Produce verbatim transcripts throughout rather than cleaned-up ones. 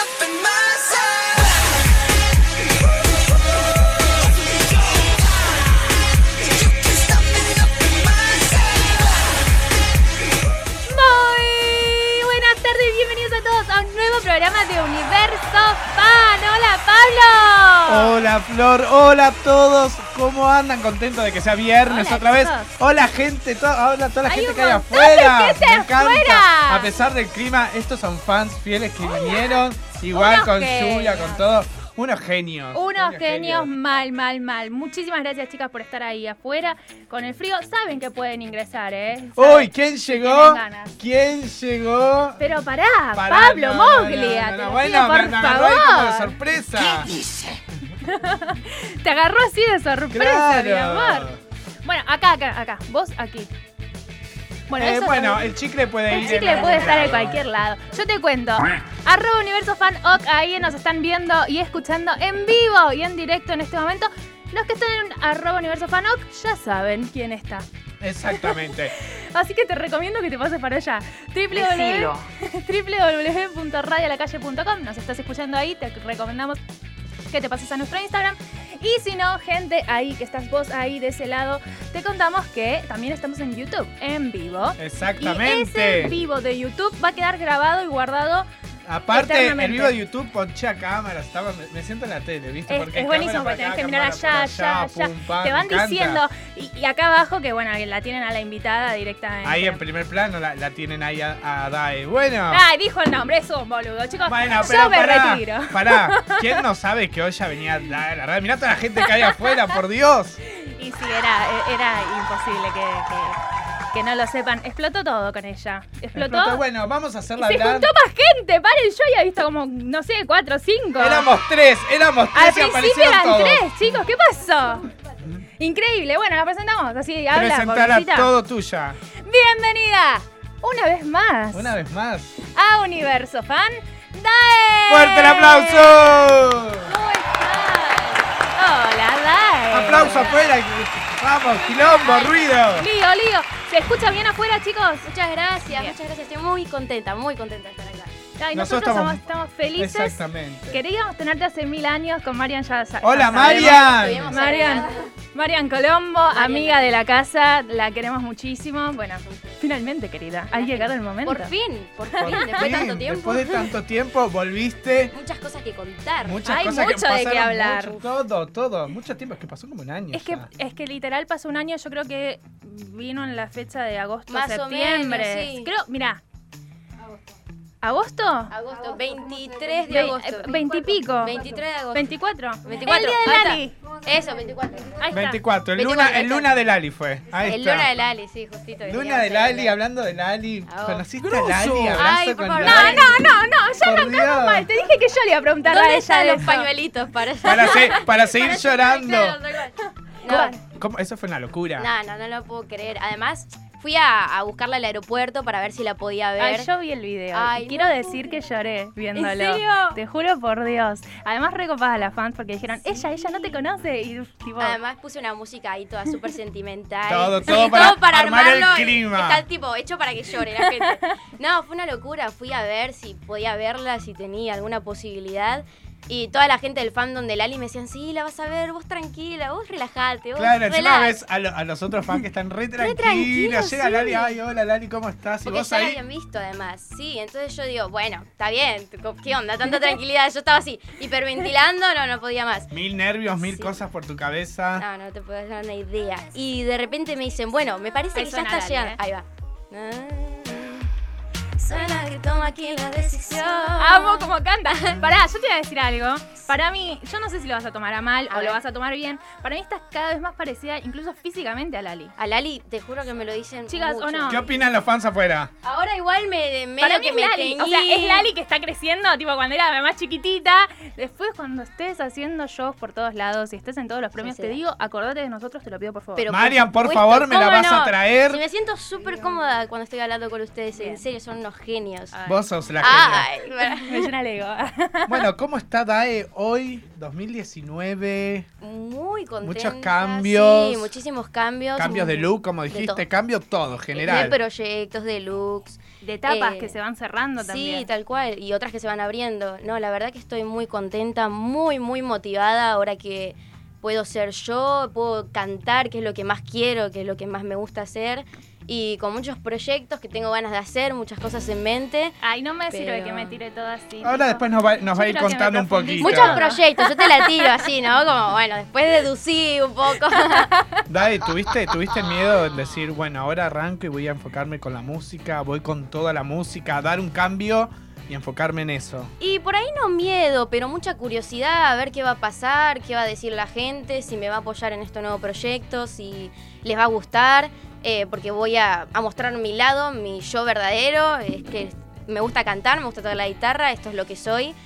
Programa de Universo Fan. Hola, Pablo. Hola, Flor. Hola a todos. ¿Cómo andan? Contentos de que sea viernes hola, otra vez. chicos. Hola, gente. To hola a toda la hay gente que hay afuera. afuera. Gente Me encanta. afuera. A pesar del clima, estos son fans fieles que hola. vinieron. Igual Unos con genios. lluvia, con todo. Unos genios. Unos genios, genios, genios. mal, mal, mal. Muchísimas gracias, chicas, por estar ahí afuera. Con el frío, saben que pueden ingresar, ¿eh? ¿Saben? Uy, ¿quién llegó? ganas. ¿Quién llegó? Pero pará, Pará, Pablo no, no, Moglia, no, no, te no. lo Bueno, pido, por me, me agarró ahí como de favor. sorpresa. ¿Qué dice? Te agarró así de sorpresa, Claro. mi amor. Bueno, acá, acá, acá. Vos aquí. Bueno, Eh, eso bueno, también- el chicle puede El ir chicle en puede algún estar en lado. cualquier lado. Yo te cuento. Arroba Universo Fan Ok, ahí nos están viendo y escuchando en vivo y en directo en este momento. Los que están en arroba Universo Fan Ok ya saben quién está. Exactamente. Así que te recomiendo que te pases para allá. Decilo. w w w punto radio la calle punto com. Nos estás escuchando ahí, te recomendamos que te pases a nuestro Instagram. Y si no, gente, ahí que estás vos ahí de ese lado, te contamos que también estamos en YouTube, en vivo. Exactamente. Y ese vivo de YouTube va a quedar grabado y guardado. Aparte, el eternamente. vivo de YouTube ponché a cámara, estaba, me, me siento en la tele, ¿viste? Es, Porque es hay buenísimo cámara porque para tenés que acá, mirar cámara allá, por allá, allá. pum, pam, Te van me encanta. diciendo. Y, y acá abajo que, bueno, que la tienen a la invitada directamente. Ahí en primer plano la, la tienen ahí a, a Dae. Bueno. Ay, dijo el nombre, es un boludo, chicos. Bueno, yo pero me pará, retiro. pará. ¿Quién no sabe que hoy ya venía la, la radio? Mirá toda la gente que hay afuera, por Dios. Y sí, era, era imposible que, que, que no lo sepan. Explotó todo con ella. Explotó. Explotó. Bueno, vamos a Y hacerla se hablar. juntó más gente, paren, yo había visto como, no sé, cuatro o cinco. Éramos tres, éramos tres Al y principio aparecieron eran todos. tres, chicos, ¿qué pasó? Increíble, bueno, la presentamos, así habla, Presentala pobrecita. todo tuya. Bienvenida, una vez más, Una vez más. a Universo Fan, Dae. ¡Fuerte el aplauso! ¿Cómo estás? Hola, Dae. ¡Aplauso afuera! ¡Vamos, quilombo, ruido! Lío, lío. ¿Se escucha bien afuera, chicos? Muchas gracias, Bien. muchas gracias. Estoy muy contenta, muy contenta de estar acá. Ay, Nosotros nosotros, estamos- estamos, estamos felices. Exactamente. Queríamos tenerte hace mil años con Marian ya sa- ¡Hola, ya sabemos. Marian! Estuvimos Marian, agregadas. Marian Colombo, Marian. amiga de la casa, la queremos muchísimo. Bueno, finalmente, querida, ha llegado el momento. Por fin, por fin, Por después de fin, tanto tiempo. Después de tanto tiempo volviste. Muchas cosas que contar. Muchas Hay cosas mucho que de qué pasaron, hablar. mucho, todo, todo. Mucho tiempo, es que pasó como un año. Es que, ya. es que literal pasó un año, yo creo que vino en la fecha de agosto, Más o septiembre. menos, sí. Creo, mira. ¿Agosto? Agosto, veintitrés de Ve- agosto. eh, veintipico. veintitrés de agosto. ¿veinticuatro? veinticuatro. El día de ahí está. Lali. Eso, veinticuatro. Ahí está. veinticuatro, el veinticuatro, luna, ahí el está. luna de Lali fue. Ahí El está. Luna de Lali, sí, justito. que Luna teníamos de ahí Lali, hablando. hablando de Lali. Oh. ¿Conociste a Lali? Abrazo Ay, por con favor, Lali. No, no, no, no, ya Por arrancamos Dios. mal. Te dije que yo le iba a preguntar a ¿Dónde ella están de los eso. pañuelitos para Para, se- para seguir llorando. Claro, tal cual. No, ¿Cómo? Eso fue una locura. no, no, no lo puedo creer. Además, fui a, a buscarla al aeropuerto para ver si la podía ver. Ay, yo vi el video. Ay, y quiero no decir que lloré viéndolo. ¿En serio? Te juro por Dios. Además, recopada a las fans porque dijeron, ella, ella no te conoce. Y tipo, Además puse una música ahí toda súper sentimental. Todo, Sí, todo para armar el armarlo. clima. Está tipo hecho para que llore la gente. No, fue una locura. Fui a ver si podía verla, si tenía alguna posibilidad. Y toda la gente del fandom de Lali me decían, sí, la vas a ver, vos tranquila, vos relajate, vos Claro, encima relax. ves a, lo- a los otros fans que están re tranquilos. tranquilos, Llega sí. Lali, ay, hola Lali, ¿cómo estás? Y Porque vos ya la ahí. habían visto además, sí, entonces yo digo, bueno, está bien, ¿qué onda? Tanta tranquilidad, yo estaba así, hiperventilando, no, no podía más. Mil nervios, mil Sí. cosas por tu cabeza. No, no te puedo dar una idea. Y de repente me dicen, bueno, me parece Ahí que ya suena está Lali, llegando. ¿eh? Ahí va. Suena que toma aquí la decisión. amo como canta. Pará, yo te voy a decir algo. Para mí, yo no sé si lo vas a tomar a mal A o ver. lo vas a tomar bien. Para mí estás cada vez más parecida, incluso físicamente, a Lali. A Lali, te juro que me lo dicen Chicas, mucho. ¿o no? ¿Qué opinan los fans afuera? Ahora igual me medio Para mí que es me Lali. teñí. O sea, es Lali que está creciendo, tipo cuando era más chiquitita. Después, cuando estés haciendo shows por todos lados y estés en todos los premios, Sí, te sí. digo, acordate de nosotros, te lo pido por favor. Pero Marian, por supuesto, favor, me la ¿cómo vas a no? traer. Sí, me siento súper cómoda cuando estoy hablando con ustedes. En Bien. serio, son unos unos genios. Ay. Vos sos la genia. Ay, bueno. Me llena el ego. Bueno, ¿cómo está Dae hoy, dos mil diecinueve? Muy contenta. Muchos cambios. Sí, muchísimos cambios. Cambios de look, como De dijiste, todo. cambio todo, general. De proyectos, de looks. De etapas Eh, que se van cerrando también. Sí, tal cual. Y otras que se van abriendo. No, la verdad que estoy muy contenta, muy, muy motivada ahora que puedo ser yo, puedo cantar, que es lo que más quiero, que es lo que más me gusta hacer. Y con muchos proyectos que tengo ganas de hacer, muchas cosas en mente. Ay, no me Pero- sirve que me tire todo así. Ahora tipo. después nos va, nos Yo va a ir quiero que me contando un profundice. poquito. Muchos proyectos, yo te la tiro así, ¿no? Como, bueno, después deducí un poco. Dae, ¿tuviste, ¿tuviste miedo de decir, bueno, ahora arranco y voy a enfocarme con la música, voy con toda la música, a dar un cambio y enfocarme en eso? Y por ahí no miedo, pero mucha curiosidad a ver qué va a pasar, qué va a decir la gente, si me va a apoyar en este nuevo proyecto, si les va a gustar, eh, porque voy a, a mostrar mi lado, mi yo verdadero, es que me gusta cantar, me gusta tocar la guitarra, esto es lo que soy.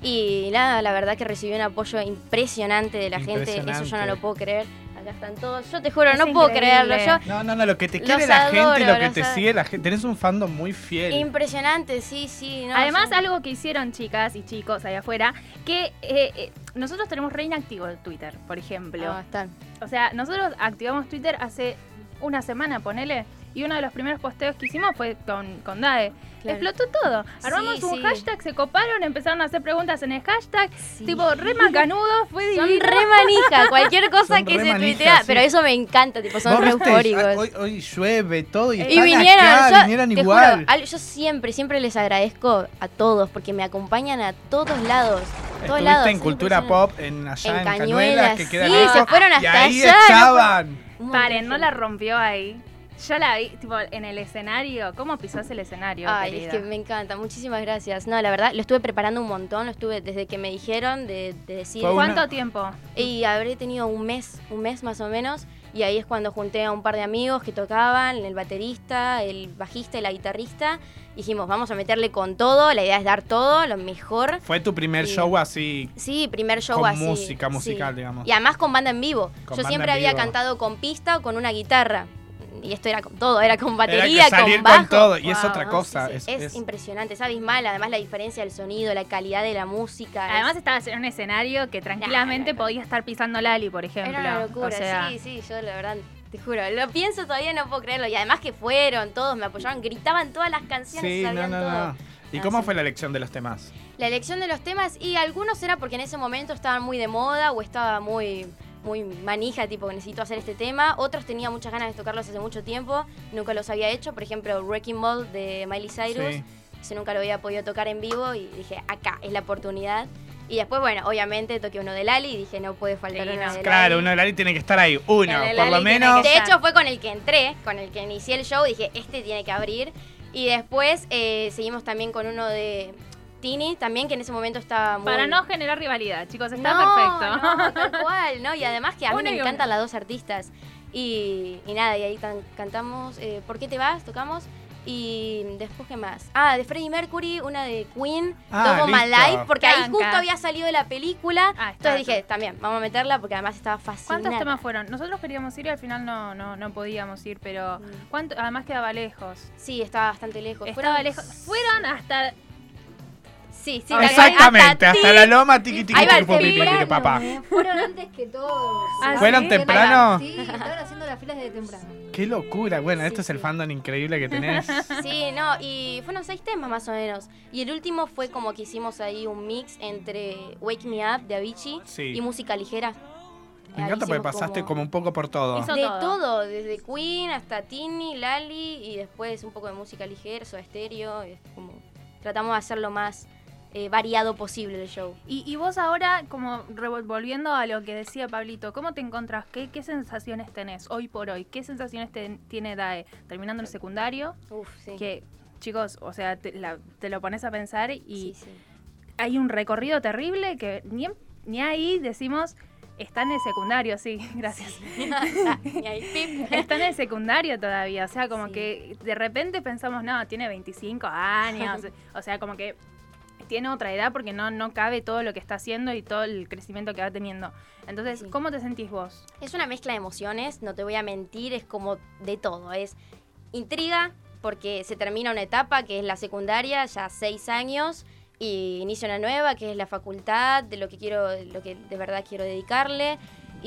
Y nada, la verdad que recibí un apoyo impresionante de la gente, eso yo no Impresionante. lo puedo creer. Acá están todos, yo te juro, Es no puedo increíble. creerlo. Yo, No, no, no, lo que te Los quiere la gente y lo adoro, que los te adoro. sigue la gente. Tenés un fandom muy fiel. impresionante, sí, sí. No, Además, yo- algo que hicieron chicas y chicos allá afuera, que eh, eh, nosotros tenemos re inactivo el Twitter, por ejemplo. Ah, están. O sea, nosotros activamos Twitter hace una semana, ponele, y uno de los primeros posteos que hicimos fue con, con Dae. Claro. Explotó todo. Armamos Sí, un sí. hashtag, se coparon, empezaron a hacer preguntas en el hashtag, Sí. tipo re macanudo, fue Son divino. re manija, cualquier cosa Son que re se manija, tuitea, sí. pero eso me encanta, tipo, son ¿Vos re viste? eufóricos. Hoy, hoy llueve todo y, Y están vinieron, acá, yo, vinieron te igual. juro, al- yo siempre, siempre les agradezco a todos porque me acompañan a todos lados. Todos Estuviste lados. en es Cultura impresionante. Pop, en allá En en, Cañuelas, Cañuelas, que queda sí, lejos, se fueron y hasta ahí allá, no estaban. Un montón Paren, de no gente. la rompió ahí. Yo la vi, tipo, en el escenario. ¿Cómo pisás el escenario, Ay, querida? es que me encanta, muchísimas gracias. No, la verdad, lo estuve preparando un montón, lo estuve desde que me dijeron de, de decir... Fue una- ¿Cuánto tiempo? Y habré tenido un mes, un mes más o menos, y ahí es cuando junté a un par de amigos que tocaban, el baterista, el bajista y la guitarrista. Dijimos, vamos a meterle con todo, la idea es dar todo, lo mejor. Fue tu primer Sí. show así. Sí, primer show Con así. música sí. musical, digamos. Y además con banda en vivo. Con Yo banda siempre en había vivo. cantado con pista o con una guitarra. Y esto era con todo, era con Era batería, que salir con bajo. todo, y es Wow, otra no, cosa. Sí, es, sí, es, es- impresionante, es abismal, además la diferencia del sonido, la calidad de la música. Además es- estabas en un escenario que tranquilamente no, no. podía estar pisando Lali, por ejemplo. era una locura, O sea, sí, sí, yo la verdad, te juro, lo pienso todavía, no puedo creerlo. Y además que fueron, todos me apoyaban, gritaban todas las canciones, sí, no, sabían no, todo. no. ¿Y Ah, cómo sí. fue la elección de los temas? La elección de los temas, y algunos era porque en ese momento estaban muy de moda o estaba muy, muy manija, tipo, necesito hacer este tema. Otros tenía muchas ganas de tocarlos hace mucho tiempo, nunca los había hecho. Por ejemplo, Wrecking Ball de Miley Cyrus, Sí. ese nunca lo había podido tocar en vivo y dije, acá es la oportunidad. Y después, bueno, obviamente toqué uno de Lali y dije, no puede faltar Sí, uno no. de Lali. Claro, uno de Lali tiene que estar ahí. Uno, El de por lo Lali tiene menos. que- De hecho, fue con el que entré, con el que inicié el show, dije, este tiene que abrir. Y después eh, seguimos también con uno de Tini, también, que en ese momento estaba muy... para no generar rivalidad, chicos, está no, perfecto. No, tal cual, ¿no? Y además que a mí Uno me y encantan uno. las dos artistas. Y, y nada, y ahí tan- cantamos eh, ¿Por qué te vas? Tocamos. Y después, ¿qué más? Ah, de Freddie Mercury, una de Queen, Ah, Double My listo. Life, porque ahí Tranca. justo había salido de la película. Ah, está, Entonces dije, también, vamos a meterla porque además estaba fascinada. ¿Cuántos temas fueron? Nosotros queríamos ir y al final no, no, no podíamos ir, pero Mm. ¿cuánto? Además quedaba lejos. Sí, estaba bastante lejos. Estaba Fueron- lejos. Fueron hasta... Sí, sí. Exactamente, hasta, ti. la loma, tiqui tiqui Ahí va tiqui el pupi, temprano, pipi, papá. Eh, Fueron antes que todos. Ah, ¿Fueron ¿sí? temprano? Sí, estaban haciendo las filas desde temprano. Qué locura. Bueno, esto Sí, es el sí. fandom increíble que tenés. Sí, no, y fueron seis temas más o menos. Y el último fue como que hicimos ahí un mix entre Wake Me Up de Avicii Sí. y música ligera. Me Ahí encanta porque hicimos pasaste como un poco por todo. Hizo de todo. todo. desde Queen hasta Tini, Lali y después un poco de música ligera, Soda Stereo. Es como tratamos de hacer lo más eh, variado posible el show. Y, y vos ahora, como revol- volviendo a lo que decía Pablito, ¿cómo te encontrás? ¿Qué, qué sensaciones tenés hoy por hoy? ¿Qué sensaciones te- tiene Dae terminando el secundario? Uf, sí. Que, chicos, o sea, te, la- te lo pones a pensar y Sí, sí. hay un recorrido terrible que ni, en- ni ahí decimos, está en el secundario, sí, gracias. Ah, y ahí, pip. Está en el secundario todavía, o sea, como Sí. que de repente pensamos, no, tiene veinticinco años, o sea, como que tiene otra edad porque no, no cabe todo lo que está haciendo y todo el crecimiento que va teniendo. Entonces, Sí. ¿cómo te sentís vos? Es una mezcla de emociones, no te voy a mentir, es como de todo. Es intriga, porque se termina una etapa que es la secundaria, ya seis años, y inicio una nueva que es la facultad, de lo que quiero, lo que de verdad quiero dedicarle.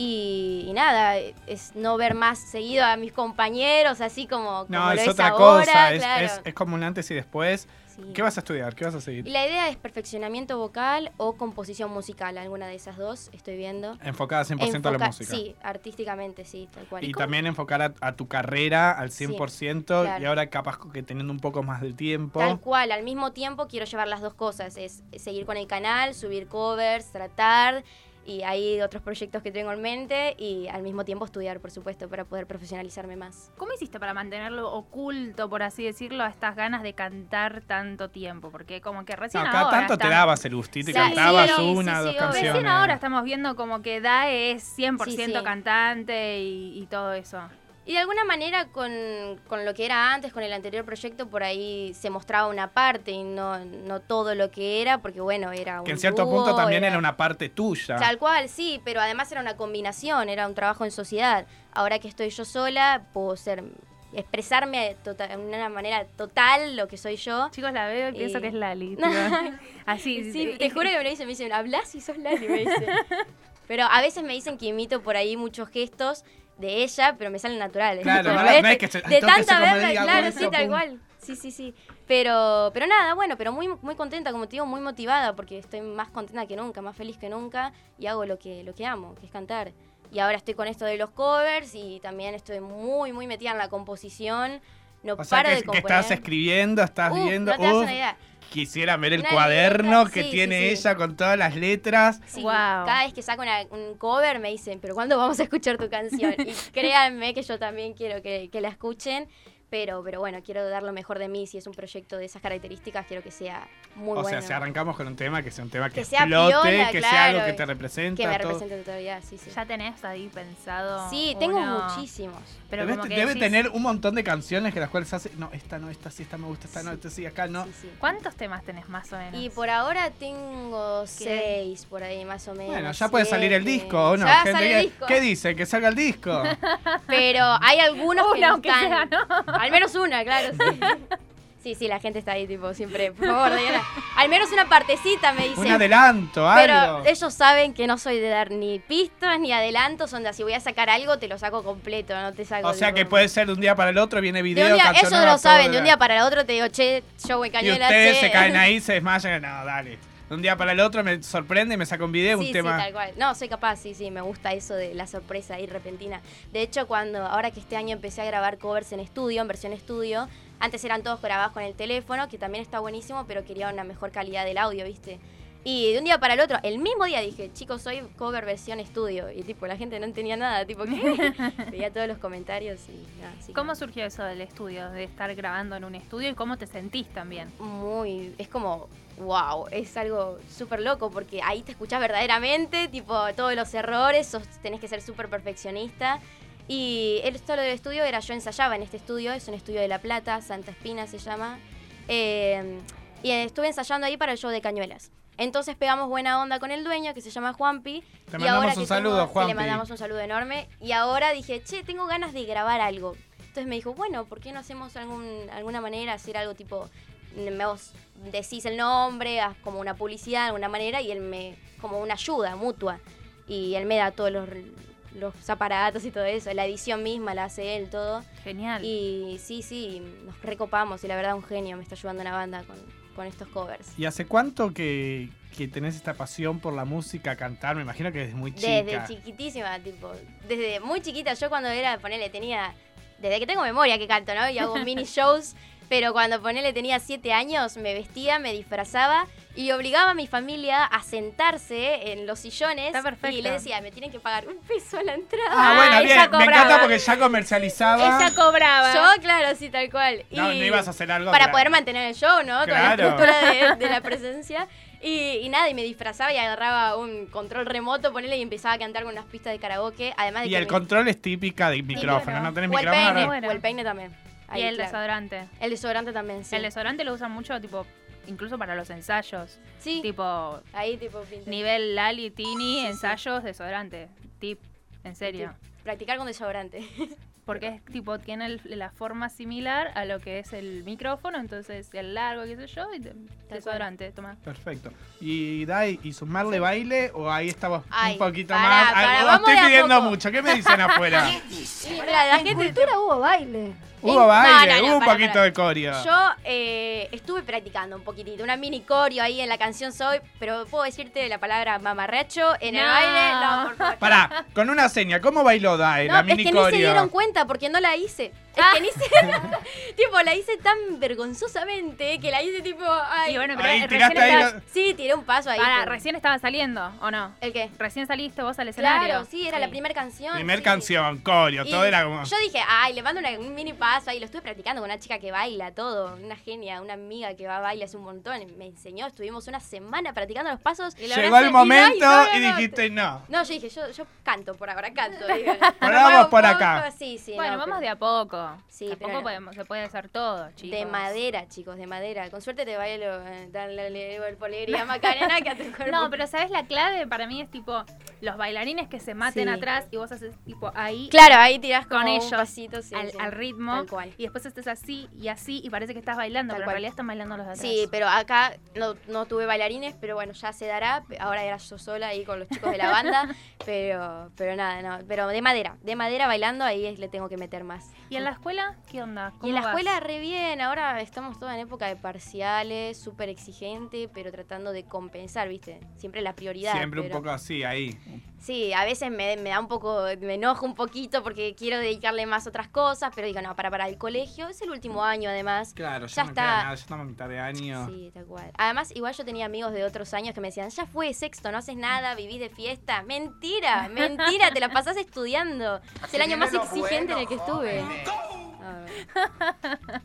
Y, y nada, es no ver más seguido a mis compañeros, así como, como No, lo es es otra ahora, cosa, es, claro. es, es como un antes y después. Sí. ¿Qué vas a estudiar? ¿Qué vas a Y seguir? la idea es perfeccionamiento vocal o composición musical, alguna de esas dos estoy viendo. Enfocada cien por ciento a la Enfoca- música. Sí, artísticamente, sí, tal cual. Y cómo? también enfocar a, a tu carrera al cien por ciento Sí, claro. y ahora capaz que teniendo un poco más de tiempo. Tal cual, al mismo tiempo quiero llevar las dos cosas, es seguir con el canal, subir covers, tratar, y hay otros proyectos que tengo en mente, y al mismo tiempo estudiar, por supuesto, para poder profesionalizarme más. ¿Cómo hiciste para mantenerlo oculto, por así decirlo, a estas ganas de cantar tanto tiempo? Porque como que recién No, cada ahora tanto te estamos- dabas el gustito y Sí, cantabas sí, una, sí, dos sí, obvio. canciones. Recién ahora estamos viendo como que Dae es cien por ciento Sí, sí. cantante y, y todo eso. Y de alguna manera con, con lo que era antes, con el anterior proyecto, por ahí se mostraba una parte y no, no todo lo que era, porque bueno, era un Que en cierto dúo, punto también era una parte tuya. Tal cual, sí, pero además era una combinación, era un trabajo en sociedad. Ahora que estoy yo sola, puedo ser expresarme tota- de una manera total lo que soy yo. Chicos, la veo y pienso Y- que es Lali. No. tipo, Así, Sí, eh, te juro que me lo dicen, me dicen, ¿hablas y sos Lali? Me dicen. Pero a veces me dicen que imito por ahí muchos gestos de ella, pero me salen naturales. Claro, Tipo, no la- ¿ves? no es que se- de al toque se tanta como verla, diga, claro, bueno, sí, tal pum. cual. Sí, sí, sí. Pero, pero nada, bueno, pero muy, muy contenta, como te digo, muy motivada, porque estoy más contenta que nunca, más feliz que nunca, y hago lo que, lo que amo, que es cantar. Y ahora estoy con esto de los covers, y también estoy muy, muy metida en la composición. No O sea paro que, de que componer. estás escribiendo, estás Uf, viendo. no te das uf, una idea. quisiera ver el Una cuaderno libreta, que sí, tiene sí, sí. ella con todas las letras. Sí, Wow. cada vez que saco una- un cover me dicen, pero ¿cuándo vamos a escuchar tu canción? Y créanme que yo también quiero que, que la escuchen, pero, pero bueno, quiero dar lo mejor de mí. Si es un proyecto de esas características, quiero que sea muy o bueno. sea, si arrancamos con un tema, que sea un tema que, Que sea explote, piola, que sea claro, algo que te representa. que me todo. represente todavía, sí, sí. ya tenés ahí pensado. Sí, tengo uno, muchísimos. Pero debe como que debe decís, tener un montón de canciones que las cuales hace. No, esta no, esta sí, esta me gusta, esta no, Sí. esta sí, acá no. Sí, sí. ¿cuántos temas tenés más o menos? Y por ahora tengo seis, por ahí más o menos. Bueno, ya puede salir el siete. disco, ¿o no? Ya Gente, sale ¿qué, el disco. ¿qué dice? ¿Que salga el disco? Pero hay algunos que Una, no aunque están. sea, ¿no? Al menos una, claro, sí. Sí, sí, la gente está ahí, tipo, siempre, por favor, Diana. Al menos una partecita, me dicen. Un adelanto, Pero algo. ellos saben que no soy de dar ni pistas ni adelantos, onda, si voy a sacar algo, te lo saco completo, no te saco... O sea tipo- que puede ser de un día para el otro, viene De video, un día, canción ellos nueva, lo saben, todo, de un día para el otro te digo, che, yo voy Y cañuela, ustedes che. se caen ahí, se desmayan. No, dale. De un día para el otro me sorprende y me saca un video, Sí, un sí, tema. tal cual. No, soy capaz, sí, sí, me gusta eso de la sorpresa ahí repentina. De hecho, cuando, ahora que este año empecé a grabar covers en estudio, en versión estudio, antes eran todos grabados con el teléfono, que también está buenísimo, pero quería una mejor calidad del audio, ¿viste? Y de un día para el otro, el mismo día dije, chicos, soy cover versión estudio. Y tipo, la gente no entendía nada, tipo, ¿qué? Veía todos los comentarios y nada, así ¿Cómo que surgió eso del estudio, de estar grabando en un estudio y cómo te sentís también? muy, es como, wow, es algo súper loco porque ahí te escuchás verdaderamente, tipo, todos los errores, sos, tenés que ser súper perfeccionista. Y esto lo del estudio era, yo ensayaba en este estudio, es un estudio de La Plata, Santa Espina se llama. Eh, y estuve ensayando ahí para el show de Cañuelas. Entonces pegamos buena onda con el dueño, que se llama Juanpi. Te y mandamos ahora un que saludo, tengo- que Juanpi. Le mandamos un saludo enorme. Y ahora dije, che, tengo ganas de grabar algo. Entonces me dijo, bueno, ¿por qué no hacemos algún, alguna manera, hacer algo tipo, me vos decís el nombre, haz como una publicidad de alguna manera, y él me, como una ayuda mutua. Y él me da todos los, los aparatos y todo eso, la edición misma la hace él, todo. Genial. Y sí, sí, nos recopamos y la verdad un genio, me está ayudando una banda con, con estos covers. ¿Y hace cuánto que, que tenés esta pasión por la música, cantar? Me imagino que desde muy chica. Desde chiquitísima, tipo, desde muy chiquita, yo cuando era, ponele, tenía, desde que tengo memoria que canto, ¿no? Y hago mini shows, pero cuando ponele tenía siete años, me vestía, me disfrazaba y obligaba a mi familia a sentarse en los sillones. Está perfecto. Y les decía, me tienen que pagar un peso a la entrada. Ah, Ah, bueno, ella bien. Me cobraba. encanta porque ya comercializaba. Ella cobraba. Yo, claro, sí, tal cual. No, Y no ibas a hacer algo para que- poder mantener el show, ¿no? Toda Claro. la estructura de, de la presencia. Y, y nada, y me disfrazaba y agarraba un control remoto, ponele, y empezaba a cantar con unas pistas de karaoke. Además de Y que el me- control es típica de micrófono. ¿No tenés O el micrófono? peine, Bueno. o el peine también. Y Ahí, el claro. desodorante. El desodorante también, sí. El desodorante lo usan mucho, tipo, incluso para los ensayos. Sí, Tipo, ahí tipo pinta. nivel Lali, Tini, Sí, sí. ensayos, desodorante. Tip, en serio. Practicar con desodorante. porque es tipo, tiene el- la forma similar a lo que es el micrófono, entonces el largo, qué sé yo, y te- desodorante, toma. Perfecto. ¿Y Dai, y sumarle baile o ahí estaba Ay, un poquito pará, más? pará, Ay, os vamos estoy de a pidiendo poco. mucho. ¿Qué me dicen afuera? Y, mira, la En gente... cultura hubo baile. Hubo No, baile, no, no, hubo un pará, poquito pará. de coreo. Yo eh, estuve practicando un poquitito, una mini coreo ahí en la canción Soy, pero puedo decirte la palabra mamarracho en el No. baile. No, por favor. Pará, con una seña, ¿cómo bailó Dai? No, la es mini que ni se coreo. dieron cuenta porque no la hice. Es Ah. que ni se... tipo, la hice tan vergonzosamente que la hice tipo... Ay. Y bueno, pero Ahí recién tiraste ahí estabas- lo- Sí, tiré un paso ahí. Pará, pero- recién estaba saliendo, ¿o no? ¿El qué? Recién saliste vos al escenario. Claro, sí, era la primera canción. Primer sí. canción, coreo, Y todo era como... Yo dije, ay, le mando una- un mini paso ahí. Lo estuve practicando con una chica que baila todo. Una genia, una amiga que va a bailar hace un montón. Me enseñó, estuvimos una semana practicando los pasos. Y la Llegó verdad el es- momento y no, no, y no, dijiste no. No, yo dije, yo, yo canto por ahora, canto. Dije. Por Me ahora vamos muevo por un acá. poco, Sí, sí. Bueno, no, vamos pero- de a poco. Sí, Tampoco pero no. podemos, se puede hacer todo, chicos. De madera, chicos, de madera. Con suerte te bailo, eh, darle el polegría Macarena que a tu cuerpo. No, pero ¿sabes la clave? Para mí es tipo los bailarines que se maten Sí. atrás y vos haces tipo ahí Claro, ahí tirás con como un ellos pasito, sí, al, sí. al ritmo Tal cual. y después estés así y así y parece que estás bailando, Tal pero cual. en realidad están bailando los de atrás. Sí, pero acá no, no tuve bailarines, pero bueno, ya se dará. Ahora era yo sola ahí con los chicos de la banda, pero pero nada, no. Pero de madera, de madera bailando, ahí es- le tengo que meter más. ¿Y en la escuela qué onda? Y en la ¿Cómo vas? escuela re bien, ahora estamos todos en época de parciales, súper exigente, pero tratando de compensar, ¿viste? Siempre la prioridad. Siempre un pero- poco así, ahí. Sí, a veces me, me da un poco, me enojo un poquito porque quiero dedicarle más a otras cosas, pero digo, no, para, para el colegio, es el último año además. Claro, ya, Ya no está. queda nada, ya estamos a mitad de año. Sí, tal cual. Además, igual yo tenía amigos de otros años que me decían, ya fue sexto, no haces nada, vivís de fiesta. Mentira, mentira, te la pasás estudiando. Es el año más exigente en el que estuve. Ah,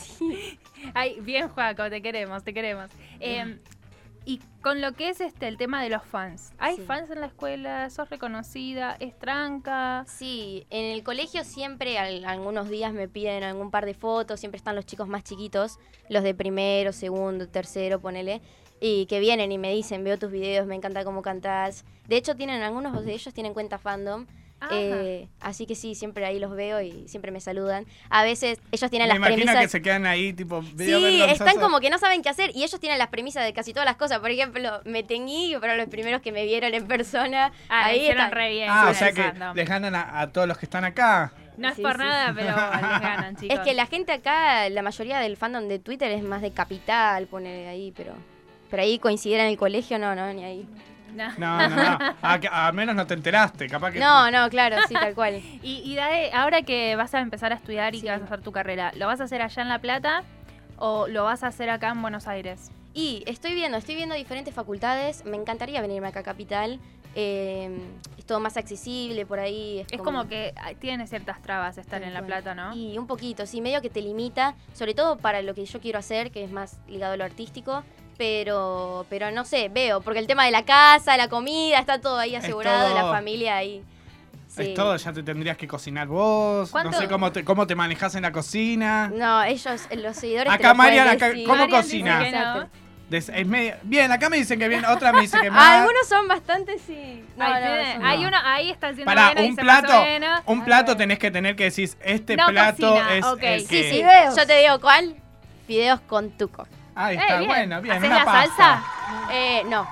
Ay, bien, Joaco, te queremos, te queremos. Eh, y con lo que es este el tema de los fans. ¿Hay Sí. fans en la escuela? ¿Sos reconocida? ¿Es tranca? Sí, en el colegio siempre al- algunos días me piden algún par de fotos, siempre están los chicos más chiquitos, los de primero, segundo, tercero, ponele, y que vienen y me dicen, veo tus videos, me encanta cómo cantás. De hecho, tienen algunos de ellos tienen cuenta fandom. Ajá. Eh, así que sí, siempre ahí los veo y siempre me saludan. A veces ellos tienen Me las imagino premisas... que se quedan ahí, tipo, medio Sí, vergonzosos. están como que no saben qué hacer y ellos tienen las premisas de casi todas las cosas. Por ejemplo, me teñí, fueron los primeros que me vieron en persona. Ah, ahí hicieron están. re bien. Ah, con o sea el que fandom. les ganan a, a todos los que están acá. No es Sí, por sí. nada, pero les ganan, chicos. Es que la gente acá, la mayoría del fandom de Twitter es más de capital, pone ahí, pero pero ahí coincidir en el colegio, no, no, ni ahí. No. No, no, no. A, que- a menos no te enteraste, capaz que... No, no, claro, sí, tal cual. Y, y Dae, ahora que vas a empezar a estudiar y Sí. que vas a hacer tu carrera, ¿lo vas a hacer allá en La Plata o lo vas a hacer acá en Buenos Aires? Y estoy viendo, estoy viendo diferentes facultades. Me encantaría venirme acá a Capital. Eh, es todo más accesible por ahí. Es, Es como que ah, tiene ciertas trabas estar Tal en La cual. Plata, ¿no? Y un poquito, sí, medio que te limita, sobre todo para lo que yo quiero hacer, que es más ligado a lo artístico. Pero, pero no sé, veo, porque el tema de la casa, la comida, está todo ahí Es asegurado, todo- la familia ahí. Sí. Es todo, ya te tendrías que cocinar vos. ¿Cuánto- No sé cómo te, cómo te manejas en la cocina. No, ellos, eh, los seguidores. te Acá lo pueden Marian, acá- decir. ¿cómo Marian cocina? dice que no. Exacto. Des- es medio- bien, acá me dicen que bien, otra me dice que más. Algunos son bastante, sí. No, Ahí, no, tiene- son- hay uno, ahí está haciendo Pará, bueno, un dice más o plato, menos. un Ah, plato bueno. tenés que tener que decir, este No plato cocina, es ok. el Sí, que... sí. Fideos. Yo te digo, ¿cuál? Fideos con tuco. Ahí Eh, está, bien. bueno, bien, ¿Hacés una la pasta. salsa? Eh, no.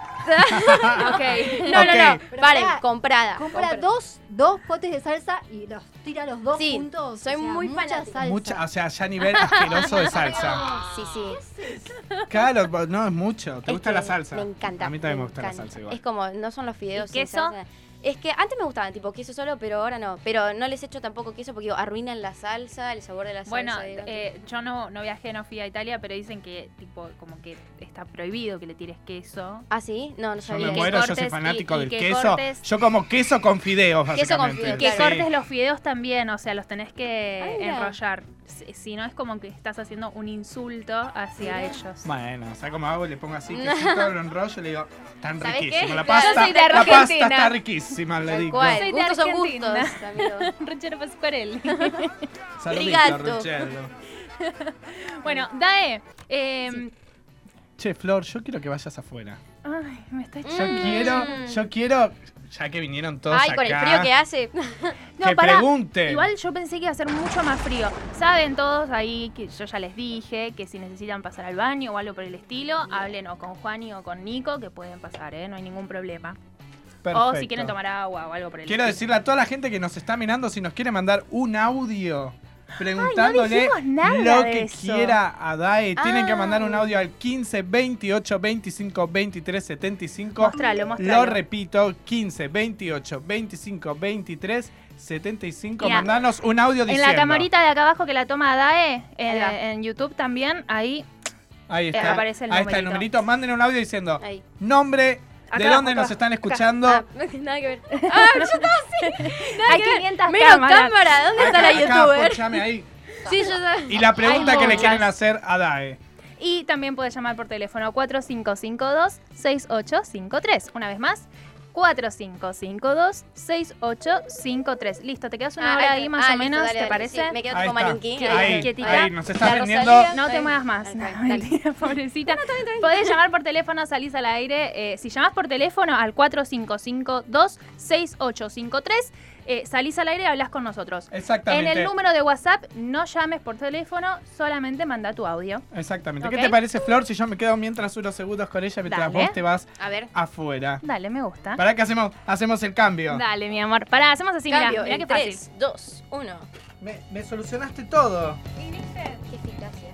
Ok. No, Ok. no, no. Pero Paren, pará, comprada. Compra compra- dos, dos potes de salsa y los tira los dos Sí, juntos. soy muy mucha fanática. salsa. Mucha, o sea, ya a nivel asqueroso de salsa. Sí, sí. Claro, no es mucho. ¿Te Es gusta que la salsa? Me encanta. A mí también me gusta la encanta. salsa igual. Es como, no son los fideos ¿Y sin queso? salsa. Es que antes me gustaban, tipo queso solo, pero ahora no. Pero no les echo tampoco queso porque digo, arruinan la salsa, el sabor de la salsa. Bueno, digo. eh, yo no, no viajé, no fui a Italia, pero dicen que tipo como que está prohibido que le tires queso. ¿Ah, sí? No, no Yo sabía. me que muero, yo soy cortes fanático y- y del que queso. cortes- Yo como queso con fideos, Queso con básicamente. fideos, Que claro. cortes los fideos también, o sea, los tenés que Ah, mira. enrollar. Si, si no es como que estás haciendo un insulto hacia Mira. ellos. Bueno, o sea, como hago, le pongo así, quesito, lo enrollo y le digo, tan ¿Sabés riquísimo. qué? La Claro. pasta, Yo soy de la pasta Argentina. está riquísima, le Tal digo. cual. Soy de Gustos son Argentina. gustos, amigo. Ruggero Pasquarelli. Saludito, Arigato. Ruggero. Bueno, Dae, eh, Che, Flor, yo quiero que vayas afuera. ay, me está Yo echando. Mm. quiero, yo quiero, ya que vinieron todos Ay, acá, con el frío que hace. No, que pará. pregunten. Igual yo pensé que iba a ser mucho más frío. Saben todos ahí que yo ya les dije que si necesitan pasar al baño o algo por el estilo, hablen o con Juani o con Nico, que pueden pasar, ¿eh? No hay ningún problema. Perfecto. O si quieren tomar agua o algo por el Quiero estilo. decirle a toda la gente que nos está mirando si nos quiere mandar un audio preguntándole dijimos nada lo de que eso. quiera a Dae. Tienen que Ah. mandar un audio al quince, veintiocho, veinticinco, veintitrés, setenta y cinco. Mostralo, mostralo. Lo repito, quince, veintiocho, veinticinco, veintitrés, setenta y cinco. Mirá, Mandanos un audio En diciendo. la camarita de acá abajo que la toma Dae, en, Ahí va. en YouTube también, ahí Ahí está. eh, aparece el Ahí está el numerito. numerito. Manden un audio diciendo Ahí. nombre, de Acá, dónde acá, nos están acá. escuchando. Ah, nada que ver. Ah, yo estaba así. Nada hay que ver. quinientas Menos cámaras. cámara. ¿Dónde está Acá, la acá, youtuber? ponchame ahí. Sí, yo estaba. Y la pregunta Hay que le muchas. quieren hacer a Dae. Y también puedes llamar por teléfono cuatro cinco cinco dos, seis ocho cinco tres. Una vez más, cuatro cinco cinco dos, seis ocho cinco tres. Listo, te quedas una Ah, hora ahí ahí está. más Ah, o listo, menos, dale, ¿te dale. parece? Sí, me quedo Ahí tipo está. maniquí. Ahí, quietita. ahí, nos está La atendiendo. Rosalía. No te Ahí. muevas más. Ahí No, está, dale. mentira, pobrecita. Podés llamar por teléfono, salís al aire. Eh, si llamás por teléfono al cuatro cinco cinco dos, seis ocho cinco tres, eh, salís al aire y hablas con nosotros. Exactamente. En el número de WhatsApp, no llames por teléfono, solamente manda tu audio. Exactamente. Ok. ¿Qué te parece, Flor, si yo me quedo mientras unos segundos con ella mientras Dale. vos te vas A ver. afuera? Dale, me gusta. ¿Para qué hacemos, hacemos el cambio? Dale, mi amor. Pará, hacemos así, mirá. Cambio Mirá en qué fácil. tres, dos, uno. Me, me solucionaste todo. Qué eficacia.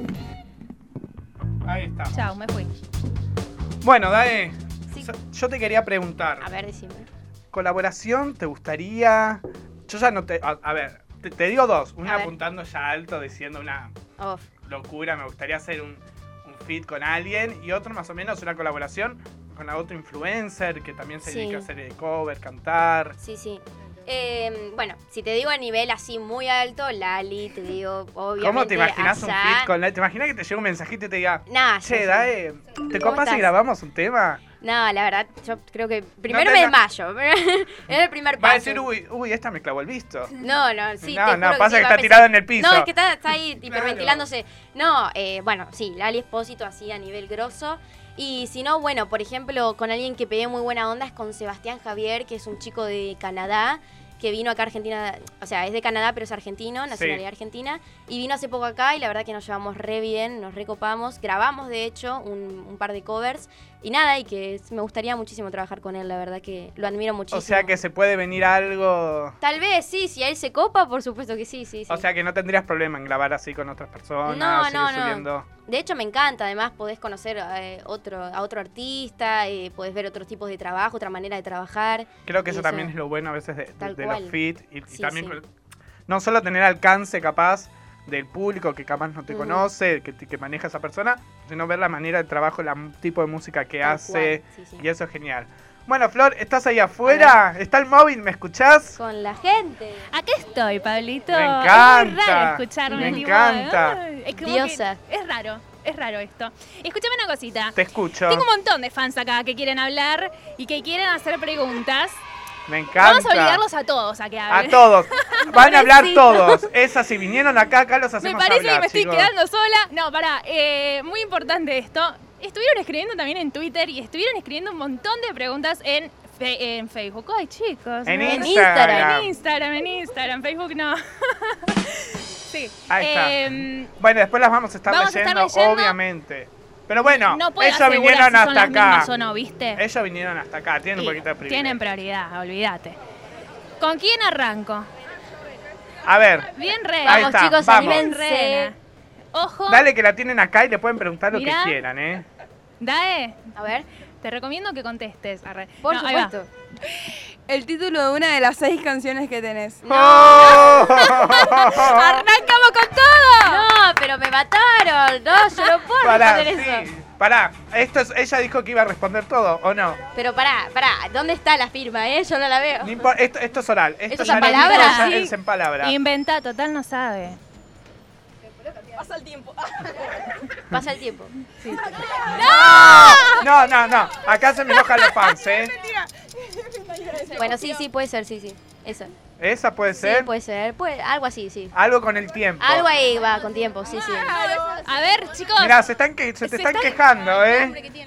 Ahí está. Chao, me fui. Bueno, Dae, Sí. so- yo te quería preguntar. A ver, decime. ¿Colaboración te gustaría? Yo ya no te... A, a ver, te, te digo dos. Una A ver. apuntando ya alto, diciendo una Off. locura. Me gustaría hacer un, un feat con alguien. Y otro más o menos una colaboración con la otro influencer que también se Sí. dedica a hacer el cover, cantar. Sí, sí. Eh, bueno, si te digo a nivel así muy alto, Lali, te digo, obviamente. ¿Cómo te imaginas un Asá. feat con la... ¿Te imaginas que te llega un mensajito y te diga, Nah, che, yo- yo- Dae, ¿te ¿Cómo copas si estás? grabamos un tema? No, la verdad, yo creo que primero te me da- desmayo. Es el primer Va paso. a decir, uy, uy, esta me clavó el visto. No, no, sí. No, te no, juro pasa sí, que va está a pensar- tirado en el piso. No, es que está, está ahí hiperventilándose. No, eh, bueno, sí, Lali Espósito así a nivel grosso. Y si no, bueno, por ejemplo, con alguien que pegué muy buena onda es con Sebastián Javier, que es un chico de Canadá, que vino acá a Argentina, o sea, es de Canadá, pero es argentino, nacionalidad argentina, y vino hace poco acá y la verdad que nos llevamos re bien, nos recopamos, grabamos de hecho un, un par de covers, y nada, y que me gustaría muchísimo trabajar con él, la verdad que lo admiro muchísimo. O sea que se puede venir algo... Tal vez, sí, si a él se copa, por supuesto que sí, sí, sí. O sea que no tendrías problema en grabar así con otras personas, No, seguir no, no. subiendo... De hecho, me encanta. Además, podés conocer eh, otro, a otro artista, eh, podés ver otros tipos de trabajo, otra manera de trabajar. Creo que Y eso eso- también es lo bueno a veces de, de- Tal de los cual. feat y, y Sí, también sí. con- no solo tener alcance capaz del público que capaz no te Ujú. conoce, que, que maneja esa persona, sino ver la manera de trabajo, el tipo de música que Tal hace cual, sí, sí. y eso es genial. Bueno, Flor, ¿estás ahí afuera? ¿Está el móvil? ¿Me escuchás? Con la gente. Aquí estoy, Pablito. Me Es muy encanta, raro escucharme. me tipo, encanta. ay, es como Diosa. que- es raro, es raro esto. Escúchame una cosita. Te escucho. Tengo un montón de fans acá que quieren hablar y que quieren hacer preguntas. Me encanta. Vamos a obligarlos a todos a que A hablen. todos. Van a hablar Pobrecito. todos. Esas, si vinieron acá, acá los Me hacemos parece hablar, que me estoy chicos. quedando sola. No, pará. eh, muy importante esto. Estuvieron escribiendo también en Twitter y estuvieron escribiendo un montón de preguntas en, fe- en Facebook. Ay, chicos. En ¿no? Instagram. En Instagram, en Instagram. Facebook no. Sí. Ahí está. Em, Bueno, después las vamos a estar, Vamos a estar leyendo, leyendo. obviamente. Pero bueno, no puedo ellos asegurar vinieron si son hasta las acá. mismas o no, ¿viste? Ellos vinieron hasta acá, tienen un Y poquito de privilegio. tienen prioridad, olvídate. ¿Con quién arranco? A ver, Bien re. Ahí Vamos, está, chicos, vamos. anímense. Rena. Ojo. dale que la tienen acá y le pueden preguntar lo Mirá. que quieran, ¿eh? Dae, A ver, te recomiendo que contestes. Arre. por No, ahí va. supuesto. El título de una de las seis canciones que tenés. ¡Oh! ¡Arrancamos con todo! No, pero me mataron. No, yo no puedo Pará, responder eso. sí. Pará, esto es, ella dijo que iba a responder todo, ¿o no? Pero pará, pará. ¿Dónde está la firma, eh? Yo no la veo. No importa, esto, esto es oral. Esto ¿Esto es ya en no- palabras? esto ya Sí. es en palabras. Inventa, total no sabe. Pasa el tiempo. Pasa el tiempo. No, no, no. Acá se me enojan los fans, ¿eh? Bueno, sí, sí, puede ser, sí, sí. Eso. Esa puede Sí, ser. puede ser. Puede, algo así, sí. Algo con el tiempo. Algo ahí va con tiempo, sí, sí. A ver, chicos. Mirá, se, están que, se te Se están están- quejando, ¿eh?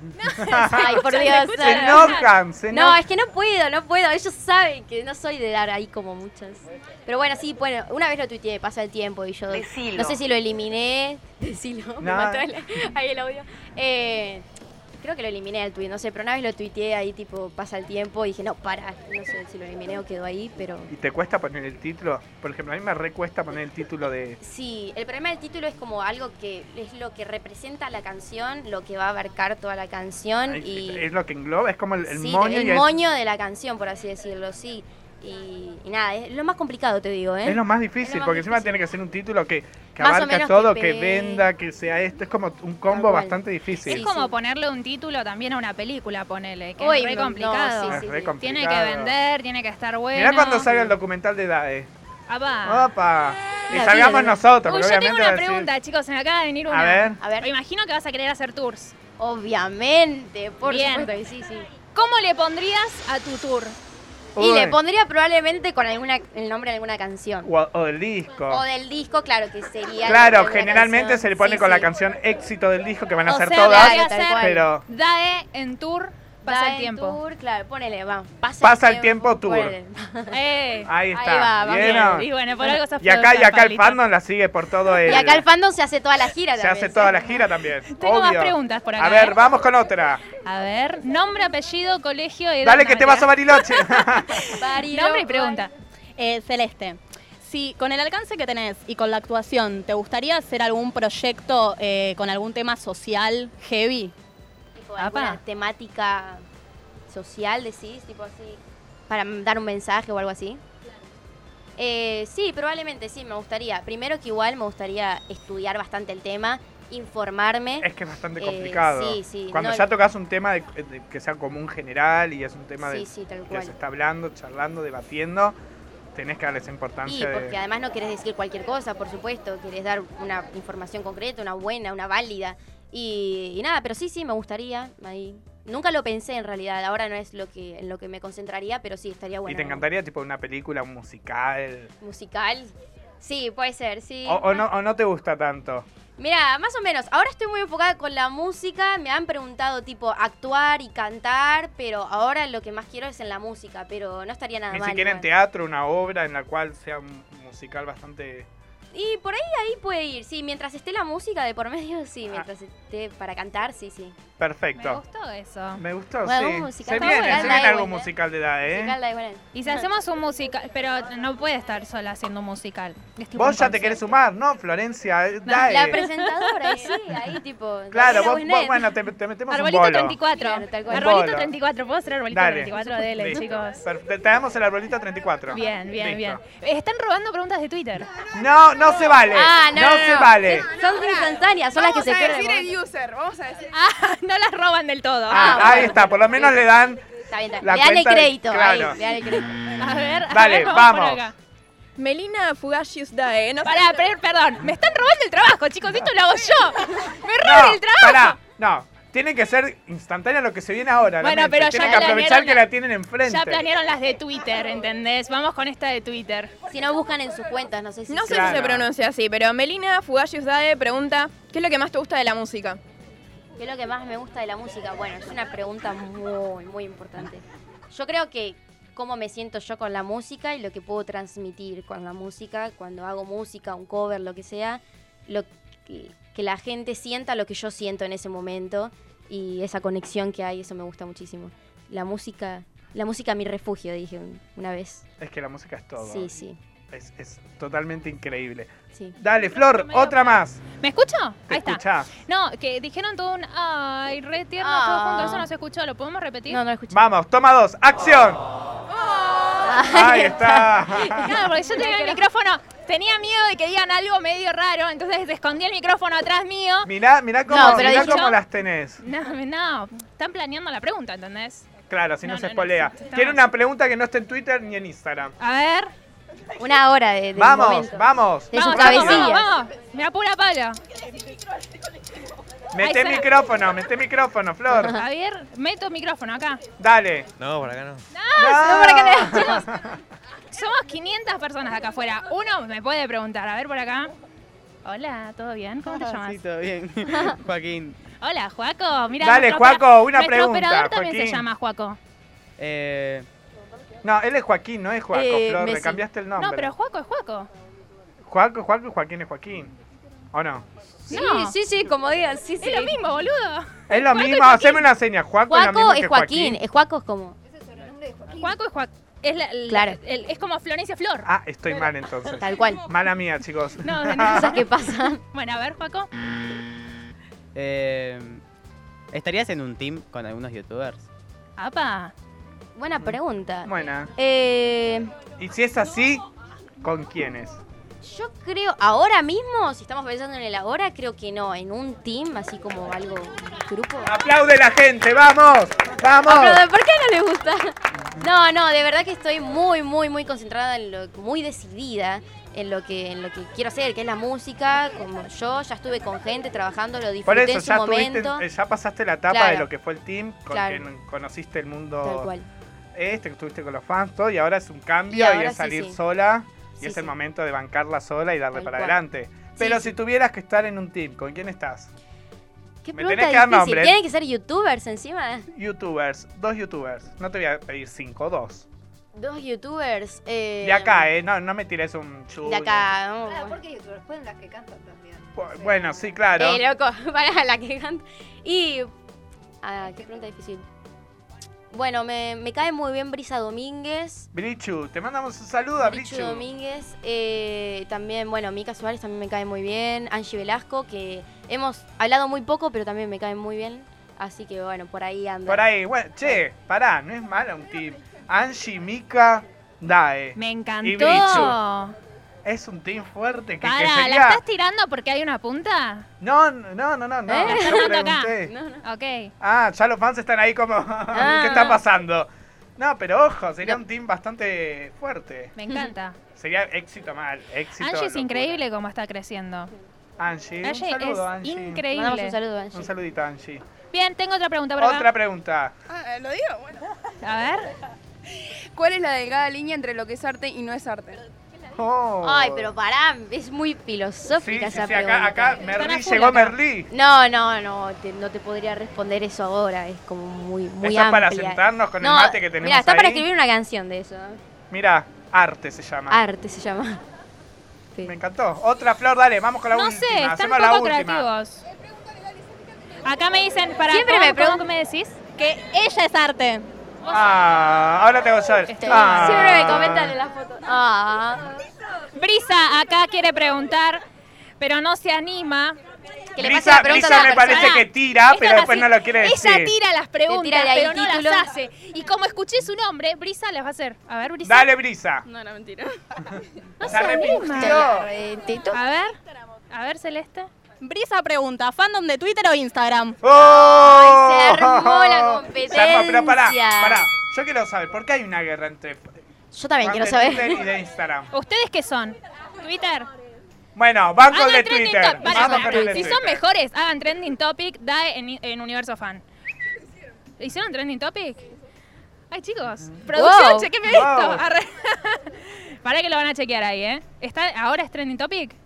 Ay, por Se Dios. escucha Se la- enojan, se No, enojan. es que no puedo, no puedo. Ellos saben que no soy de dar ahí como muchas. Pero bueno, sí, bueno, una vez lo tuiteé, pasa el tiempo y yo Decilo. no sé si lo eliminé. Decilo, me No. mató el- ahí el audio. Eh, creo que lo eliminé del tweet, no sé, pero una vez lo tuiteé ahí tipo pasa el tiempo y dije, no, para, no sé si lo eliminé o quedó ahí, pero ¿Y te cuesta poner el título? Por ejemplo, a mí me recuesta poner el título de... sí, el problema del título es como algo que es lo que representa la canción, lo que va a abarcar toda la canción y Es lo que engloba, es como el, el sí, moño el y el- moño de la canción, por así decirlo, sí. Y, y nada, es lo más complicado, te digo, ¿eh? Es lo más difícil, Es lo más porque encima difícil. tiene que ser un título que, que Más o abarca menos todo, que que, pegue. venda, que sea esto. Es como un combo Tal cual. bastante difícil. Es Sí, como sí. ponerle un título también a una película, ponele, que Uy, es re no, complicado. sí, Es sí, re sí. complicado. Tiene que vender, tiene que estar bueno. Mirá cuando salga el documental de Dae. Apá. ¡Opa! Y La salgamos vida, nosotros, Uy, porque yo tengo obviamente una va a decir- pregunta, chicos, se me acaba de venir una. A ver. A ver, Me imagino que vas a querer hacer tours. obviamente, por Bien. supuesto que sí, sí. ¿Cómo le pondrías a tu tour? Y Uy. le pondría probablemente con alguna el nombre de alguna canción. O, o del disco. O del disco, claro, que sería... Claro, alguna generalmente canción. se le pone Sí, con la sí. canción éxito del disco, que van a O ser sea, todas, podría tal ser cual. pero Dae en tour, pasa Da el en tiempo. Tour, claro, ponele, va. Pasa, Pasa el tiempo, tour. ponele. Eh. ahí Ahí está. va, va ¿Vieron? Y bueno, por algo sos Y acá, y productor, acá el Pablito. fandom la sigue por todo el... Y acá el fandom se hace toda la gira Se también. hace toda la gira también. Tengo más obvio. preguntas por acá, A ver, ¿eh? vamos con otra. A ver, nombre, apellido, colegio, edad. Dale que te vas a Bariloche. Barilo, Nombre y pregunta. Eh, Celeste, si con el alcance que tenés y con la actuación, ¿te gustaría hacer algún proyecto eh, con algún tema social heavy? Tipo, alguna Apa. temática social, decís, tipo así, para dar un mensaje o algo así. Eh, sí, probablemente sí, me gustaría. Primero que igual me gustaría estudiar bastante el tema, informarme. Es que es bastante Eh, complicado. sí, sí, Cuando no- ya tocas un tema de, de- que sea común general y es un tema de, Sí, sí, tal que cual. se está hablando, charlando, debatiendo, tenés que darle esa Y importancia porque de... además no querés decir cualquier cosa, por supuesto, querés dar una información concreta, una buena, una válida. Y, y nada, pero sí, sí, me gustaría. Ahí. Nunca lo pensé en realidad, ahora no es lo que en lo que me concentraría, pero sí, estaría bueno. ¿Y te encantaría tipo una película, un musical? ¿Musical? Sí, puede ser, sí. O, o no, ¿O no te gusta tanto? Mira, más o menos. Ahora estoy muy enfocada con la música. Me han preguntado tipo actuar y cantar, pero ahora lo que más quiero es en la música, pero no estaría nada Ni mal. siquiera en igual. teatro, una obra en la cual sea un musical bastante... Y por ahí ahí puede ir, sí, mientras esté la música de por medio, sí, Ah. mientras esté para cantar, sí, sí. Me Perfecto. gustó eso. Me gustó, Bueno, sí. un musical Se está viene, bueno. se Musical viene da algo igual, ¿eh? musical de edad, ¿eh? Musical da igual. Y si hacemos un musical, pero no puede estar sola haciendo un musical. Es tipo Vos un ya te querés concierto. sumar, ¿no, Florencia? Dale. La presentadora, ahí sí, ahí tipo. Claro, Daniela vos, Wisnet. vos, bueno, te, te metemos Arbolito un bolo. treinta y cuatro. Claro, tal cual. Arbolito Bolo. treinta y cuatro. ¿Puedo hacer arbolito Dale. treinta y cuatro? Dele, Listo. chicos. Per- Te, te damos el arbolito treinta y cuatro. Bien, bien, Listo. bien. Están robando preguntas de Twitter. No, no se vale. Ah, no, no, se no. vale. Son instantáneas, son las que Vamos se a pierden. decir por- el user, vamos a decir. Ah, no las roban del todo. Ah, Ah, ahí bueno. está, por lo menos le dan. Está bien, está bien. La Le dan el cuenta de- crédito, claro. ahí, le dan el crédito. A ver, a Dale, ver, vamos. por acá. Melina Fugashis Dae. No sé Pará, si- per- perdón. Me están robando el trabajo, chicos. Esto lo hago yo. Me No, roban el trabajo. pará, no. Tiene que ser instantánea lo que se viene ahora. la Bueno, mente. pero ya Tienen que aprovechar planearon que la- la tienen enfrente. Ya planearon las de Twitter, ¿entendés? Vamos con esta de Twitter. Si no buscan en sus cuentas, no sé si. No sé Claro. si se pronuncia así, pero Melina Fugashis Dae pregunta: ¿qué es lo que más te gusta de la música? ¿Qué es lo que más me gusta de la música? Bueno, es una pregunta muy, muy importante. Yo creo que cómo me siento yo con la música y lo que puedo transmitir con la música, cuando hago música, un cover, lo que sea, lo que, que la gente sienta lo que yo siento en ese momento y esa conexión que hay, eso me gusta muchísimo. La música, la música mi refugio, dije un- una vez. Es que la música es todo. Sí, sí, Es, es totalmente increíble. sí. Dale, Flor, otra más. ¿Me escucho? Te Ahí está. escuchás. No, que dijeron todo un ay, re tierno Ah. todo junto. Eso no se escuchó. ¿Lo podemos repetir? No, no lo escuché. Vamos, toma dos, acción. Ahí está. Claro, porque yo tenía el micrófono. Tenía miedo de que digan algo medio raro, entonces escondí el micrófono atrás mío. Mirá, mirá cómo, No, pero mirá dije cómo yo- las tenés. No, no, están planeando la pregunta, ¿entendés? Claro, si no, No, se no, no, espolea. sí, está Quiero mal. una pregunta que no esté en Twitter ni en Instagram. A ver. Una hora de, del Vamos, momento. vamos. De sus Vamos, vamos, cabecillas. vamos, vamos. Me apura pala. Mete Ahí está. micrófono, mete micrófono, Flor. Javier, meto micrófono acá. Dale. No, por acá no. No, por acá no. Chicos, somos quinientas personas acá afuera. Uno me puede preguntar. A ver por acá. Hola, ¿todo bien? ¿Cómo te llamas? Sí, todo bien. Joaquín. Hola, Juaco. Mira, Dale, nuestro opera- Juaco, una nuestro pregunta, operador también Joaquín. se llama Juaco. Eh, No, él es Joaquín, no es Juaco, Eh, Flor, le Messi. cambiaste el nombre. No, pero Juaco es Juaco. Juaco, Juaco y Joaquín es Joaquín. ¿O no? Sí, No. sí, sí, como digan, sí, sí. Es lo mismo, boludo. Es lo mismo, haceme una seña. Juaco, es lo mismo Juaco que es Joaquín, es Juaco es como... Ese es el sobrenombre de Joaquín. Juaco es Juaco. Es, la, la- Claro. el- es como Florencia Flor. Ah, estoy mal entonces. Tal cual. Mala mía, chicos. No, de nada. Cosas que pasan. Bueno, a ver, Juaco. eh, ¿Estarías en un team con algunos youtubers? Apa. Buena pregunta. Buena. Eh, Y si es así, ¿con quiénes? yo creo, ahora mismo, si estamos pensando en el ahora, creo que no. En un team, así como algo, un grupo. ¡Aplaude la gente! ¡Vamos! ¡Vamos! Ah, pero ¿por qué no le gusta? No, no, de verdad que estoy muy, muy, muy concentrada, en lo, muy decidida en lo que en lo que quiero hacer, que es la música. Como yo ya estuve con gente trabajando, lo Por disfruté eso, en su ya, tuviste, momento. eh, ya pasaste la etapa Claro. de lo que fue el team, con Claro. quien conociste el mundo Tal cual. este, que estuviste con los fans, todo, y ahora es un cambio Y y, ahora es sí, salir sí. sola, y Sí, es el sí. momento de bancarla sola y darle Tal para cual. adelante. Pero sí. si tuvieras que estar en un team, ¿con quién estás? ¿Qué Me pregunta tenés que dar difícil? nombres. ¿Tienen que ser youtubers encima? Youtubers, dos youtubers. No te voy a pedir cinco, dos. Dos youtubers. Eh, De acá, ¿eh? No, no me tires un chulo. De acá. no, Claro, porque youtubers pueden las que cantan también. Bu- Bueno, sí, claro. Eh, loco, para la que canta. Y. Ah, qué pregunta difícil. Bueno, me, me cae muy bien Brisa Domínguez. Brichu, te mandamos un saludo a Brichu Brichu. Domínguez. Eh, también, bueno, Mica Suárez también me cae muy bien. Angie Velasco, que hemos hablado muy poco, pero también me cae muy bien. Así que bueno, por ahí anda. Por ahí, bueno, che, pará, no es mala un team. Angie, Mika, Dae. Me Y encantó. Brichu. Es un team fuerte que, que Para, sería... ¿la estás tirando porque hay una punta? No, no, no, no, no. ¿Eh? La yo está armando acá. pregunté. No, no. Ok. Ah, ya los fans están ahí como, ¿qué está pasando? No, pero ojo, sería No. un team bastante fuerte. Me encanta. Sería éxito mal, éxito. Angie es locura. increíble cómo está creciendo. Angie, Angie un saludo, es Angie. increíble. Mandamos un saludo, Angie. Un saludito, Angie. Bien, tengo otra pregunta por acá. Otra pregunta. Ah, ¿lo digo? Bueno. A ver. ¿Cuál es la delgada línea entre lo que es arte y no es arte? Oh. Ay, pero pará, es muy Sí, filosófica sí, esa sí, pregunta. acá, acá Están Merlí, a full llegó acá. Merlí. No, no, no, te- no te podría responder eso ahora, es como muy, muy Eso es para amplia. sentarnos con No, el mate que tenemos Mira, está ahí. para escribir una canción de eso. ¿eh? Mira, arte se llama. Arte se llama. Sí. Me encantó. Otra flor, dale, vamos con la No última. sé, están un Hacemos la poco última. creativos. Acá me dicen, para Siempre ¿cómo, me pregun- cómo que me decís? Que ella es arte. Ah, ahora tengo yo. el- Este, Ah. Siempre me comentan en la foto. Ah, Brisa acá quiere preguntar, pero no se anima. que le pase Brisa, la pregunta Brisa a la me persona. parece que tira, Esto pero es después así. no lo quiere decir. Ella tira las preguntas, tira de ahí pero el no título. las hace. Y como escuché su nombre, Brisa las va a hacer. A ver, Brisa. Dale, Brisa. No, no, mentira. No Se se anima. arrepintió. A ver, a ver, Celeste. Brisa pregunta, ¿fandom de Twitter o Instagram? ¡Oh! Ay, se armó la Se armó, pero pará, competencia. pará. Yo quiero saber, ¿por qué hay una guerra entre Yo también fans quiero de saber. Twitter y de Instagram? ¿Ustedes qué son? Twitter. Bueno, van con Hagan el de trending Twitter. topic. Para, Vamos para, con el de si Twitter. son mejores, hagan trending topic, da en, en Universo Fan. ¿Hicieron trending topic? Ay, chicos. Producción, Wow. chequeme Wow. esto. Arre. Para que lo van a chequear ahí, ¿eh? ¿Está, ¿Ahora es trending topic?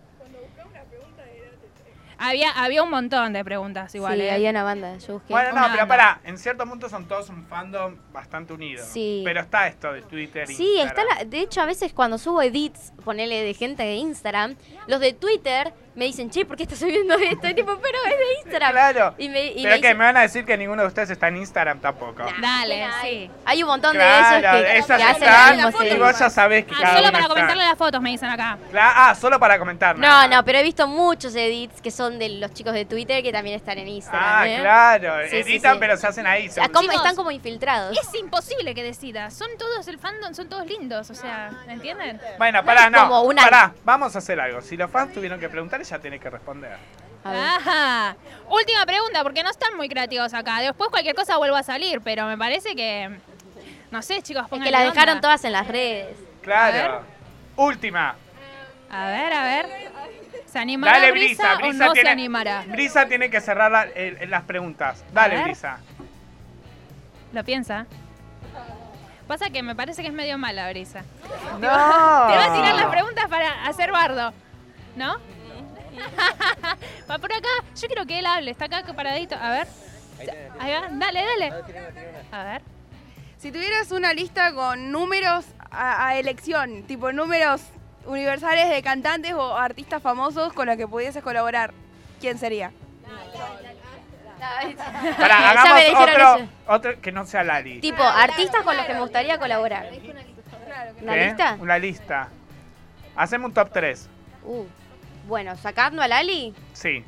Había, había un montón de preguntas igual, Sí, ¿eh? había una banda, yo busqué. Bueno, no, Una pero banda. pará, en cierto punto son todos un fandom bastante unido. Sí. Pero está esto de Twitter y Sí, está Instagram. la, de hecho a veces cuando subo edits, ponele de gente de Instagram, los de Twitter me dicen, che, ¿por qué estás subiendo esto? Y tipo, pero es de Instagram. Claro. Y me, y Pero me que dicen, me van a decir que ninguno de ustedes está en Instagram tampoco. Dale, "Nah, sí. hay, hay un montón Claro, de esos que, esas que hacen están, lo mismo. y sí. vos ya sabés que Ah, cada solo uno para está. comentarle las fotos, me dicen acá. Cla- Ah, solo para comentar. No, nada. no, pero he visto muchos edits que son de los chicos de Twitter que también están en Instagram. Ah, ¿eh? claro. Sí, sí, Editan, sí. pero se hacen ahí. O sea, se- como- Chicos, están como infiltrados. Es imposible que decida. Son todos el fandom, son todos lindos, o sea, ¿me entienden? Bueno, pará, es no. como una- Pará, vamos a hacer algo. Si los fans tuvieron que preguntar, ella tiene que responder. A ver. Ajá. Última pregunta, porque no están muy creativos acá. Después cualquier cosa vuelvo a salir, pero me parece que... No sé, chicos, Es pónganle que las onda. dejaron todas en las redes. Claro. Última. A ver, a ver. ¿Se animará Dale, Brisa, Brisa. Brisa o no tiene, se animará? Brisa tiene que cerrar la- el- el- las preguntas. Dale, ver. Brisa. ¿Lo piensa? Pasa que me parece que es medio mala Brisa. No. Te va a tirar las preguntas para hacer bardo, ¿no? Va por acá. Yo quiero que él hable. Está acá paradito. A ver. Ahí va. Dale, dale. A ver. Si tuvieras una lista con números a, a elección, tipo números universales de cantantes o artistas famosos con los que pudieses colaborar, ¿quién sería? Pará, Ya hagamos me dijeron otro, eso. otro que no sea Lali. Tipo, artistas con los que me gustaría colaborar. ¿Una ¿Qué? lista? Una lista. Hacemos un top tres. Uh, bueno, sacando a Lali, Sí.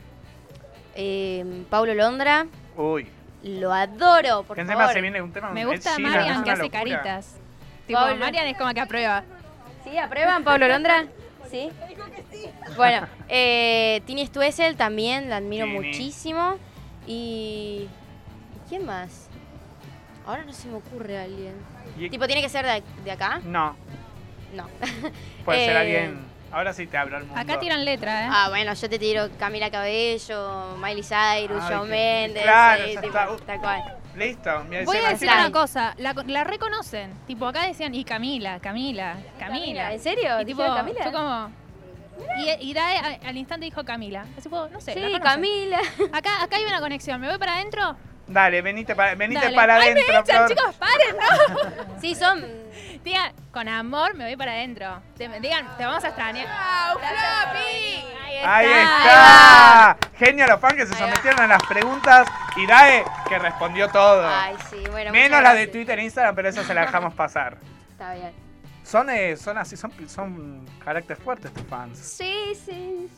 eh, Paulo Londra, Uy. lo adoro, por Que encima favor. se viene un tema. Me Ed gusta Sheeran, Marian es que una hace locura. caritas. Tipo, Pablo. Marian es como que aprueba. ¿Sí? ¿Aprueban Pablo Londra? ¿Sí? Bueno, eh, Tini Stoessel también, la admiro Tini. muchísimo. Y... ¿quién más? Ahora no se me ocurre alguien. Y- ¿Tipo tiene que ser de, de acá? No, No. puede ser Eh, alguien. Ahora sí te abro el mundo. Acá tiran letra, ¿eh? Ah, bueno, yo te tiro Camila Cabello, Miley Cyrus, Ay, Shawn qué- Mendes, claro, sí, ya tipo, está. tal cual. Listo. Mira, Voy se a decir recibe- una cosa, la, la reconocen. Tipo, acá decían, y Camila, Camila, Camila. ¿En serio? Y tipo, ¿Dijeron Camila? fue como... Y, y Dae a- al instante dijo Camila. Así fue, no sé, la Sí, conocen. Camila. Acá, acá hay una conexión. ¿Me voy para adentro? Dale, venite para, venite Dale. para Ay, me adentro, echan, Flor. chicos, paren, ¿no? Sí, son... Tía, con amor me voy para adentro. Te, digan, te vamos a extrañar. ¡Chao, Flappy! Ahí Ahí está. está. Genio los fans que se Ahí va. sometieron a las preguntas y Dae que respondió todo. Ay, sí, bueno, Menos muchas la de gracias. Twitter e Instagram, pero esa se la dejamos pasar. Está bien. Son, eh, son así, son, son carácter fuertes tus fans. Sí, sí,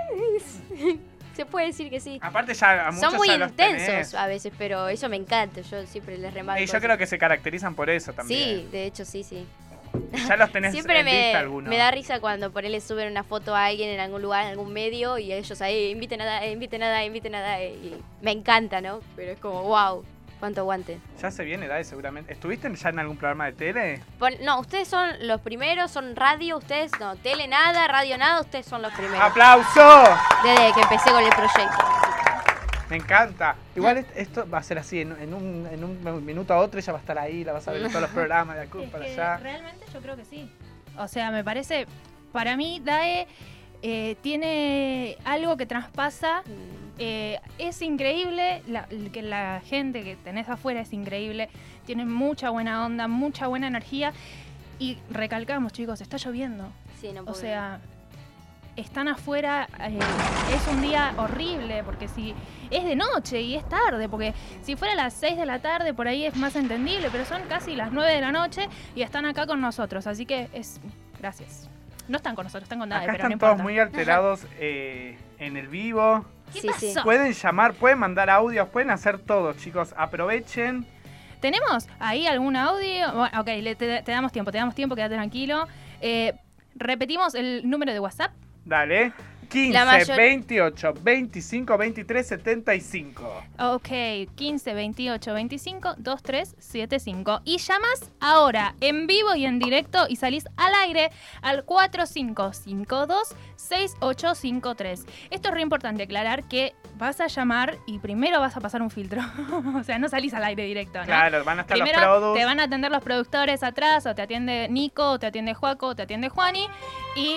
sí. Se puede decir que sí. Aparte ya a muchos Son muy ya los intensos tenés. a veces, pero eso me encanta. Yo siempre les remarco. Y yo creo que se caracterizan por eso también. Sí, de hecho, sí, sí. Ya los tenés Siempre en vista me, algunos. me da risa cuando por él le suben una foto a alguien en algún lugar, en algún medio, y ellos ahí, inviten a Dae, inviten a Dae, inviten a Dae. Y me encanta, ¿no? Pero es como, wow, cuánto aguante. Ya se viene, Dae, seguramente. ¿Estuviste ya en algún programa de tele? Pon- no, ustedes son los primeros, son radio, ustedes no, tele nada, radio nada, ustedes son los primeros. ¡Aplauso! Desde que empecé con el proyecto. Me encanta. Igual est- esto va a ser así, en, en un, en un minuto a otro ella va a estar ahí, la vas a ver en todos los programas de acá Es para que allá. realmente yo creo que sí. O sea, me parece, para mí Dae eh, tiene algo que traspasa. Eh, es increíble, la, que la gente que tenés afuera es increíble. Tiene mucha buena onda, mucha buena energía. Y recalcamos, chicos, está lloviendo. Sí, no O puedo sea, están afuera, eh, es un día horrible, porque si es de noche y es tarde, porque si fuera a las seis de la tarde por ahí es más entendible, pero son casi las nueve de la noche y están acá con nosotros, así que es... Gracias. No están con nosotros, están con Dae, Acá pero no están todos importa. muy alterados eh, en el vivo. ¿Qué Sí, sí. pasó? Pueden llamar, pueden mandar audios, pueden hacer todo, chicos. Aprovechen. ¿Tenemos ahí algún audio? Bueno, ok, le- te, te damos tiempo, te damos tiempo, quédate tranquilo. Eh, repetimos el número de WhatsApp. Dale. quince, La mayor- veintiocho, veinticinco, veintitrés, setenta y cinco. Ok, quince, veintiocho, veinticinco, veintitrés, setenta y cinco. Y llamas ahora, en vivo y en directo, y salís al aire al cuatro cinco cinco dos, seis ocho cinco tres. Esto es re importante aclarar que vas a llamar y primero vas a pasar un filtro. O sea, no salís al aire directo, ¿no? Claro, van a estar Primero los produs. te van a atender los productores atrás, o te atiende Nico, o te atiende Juaco, o te atiende Juani, y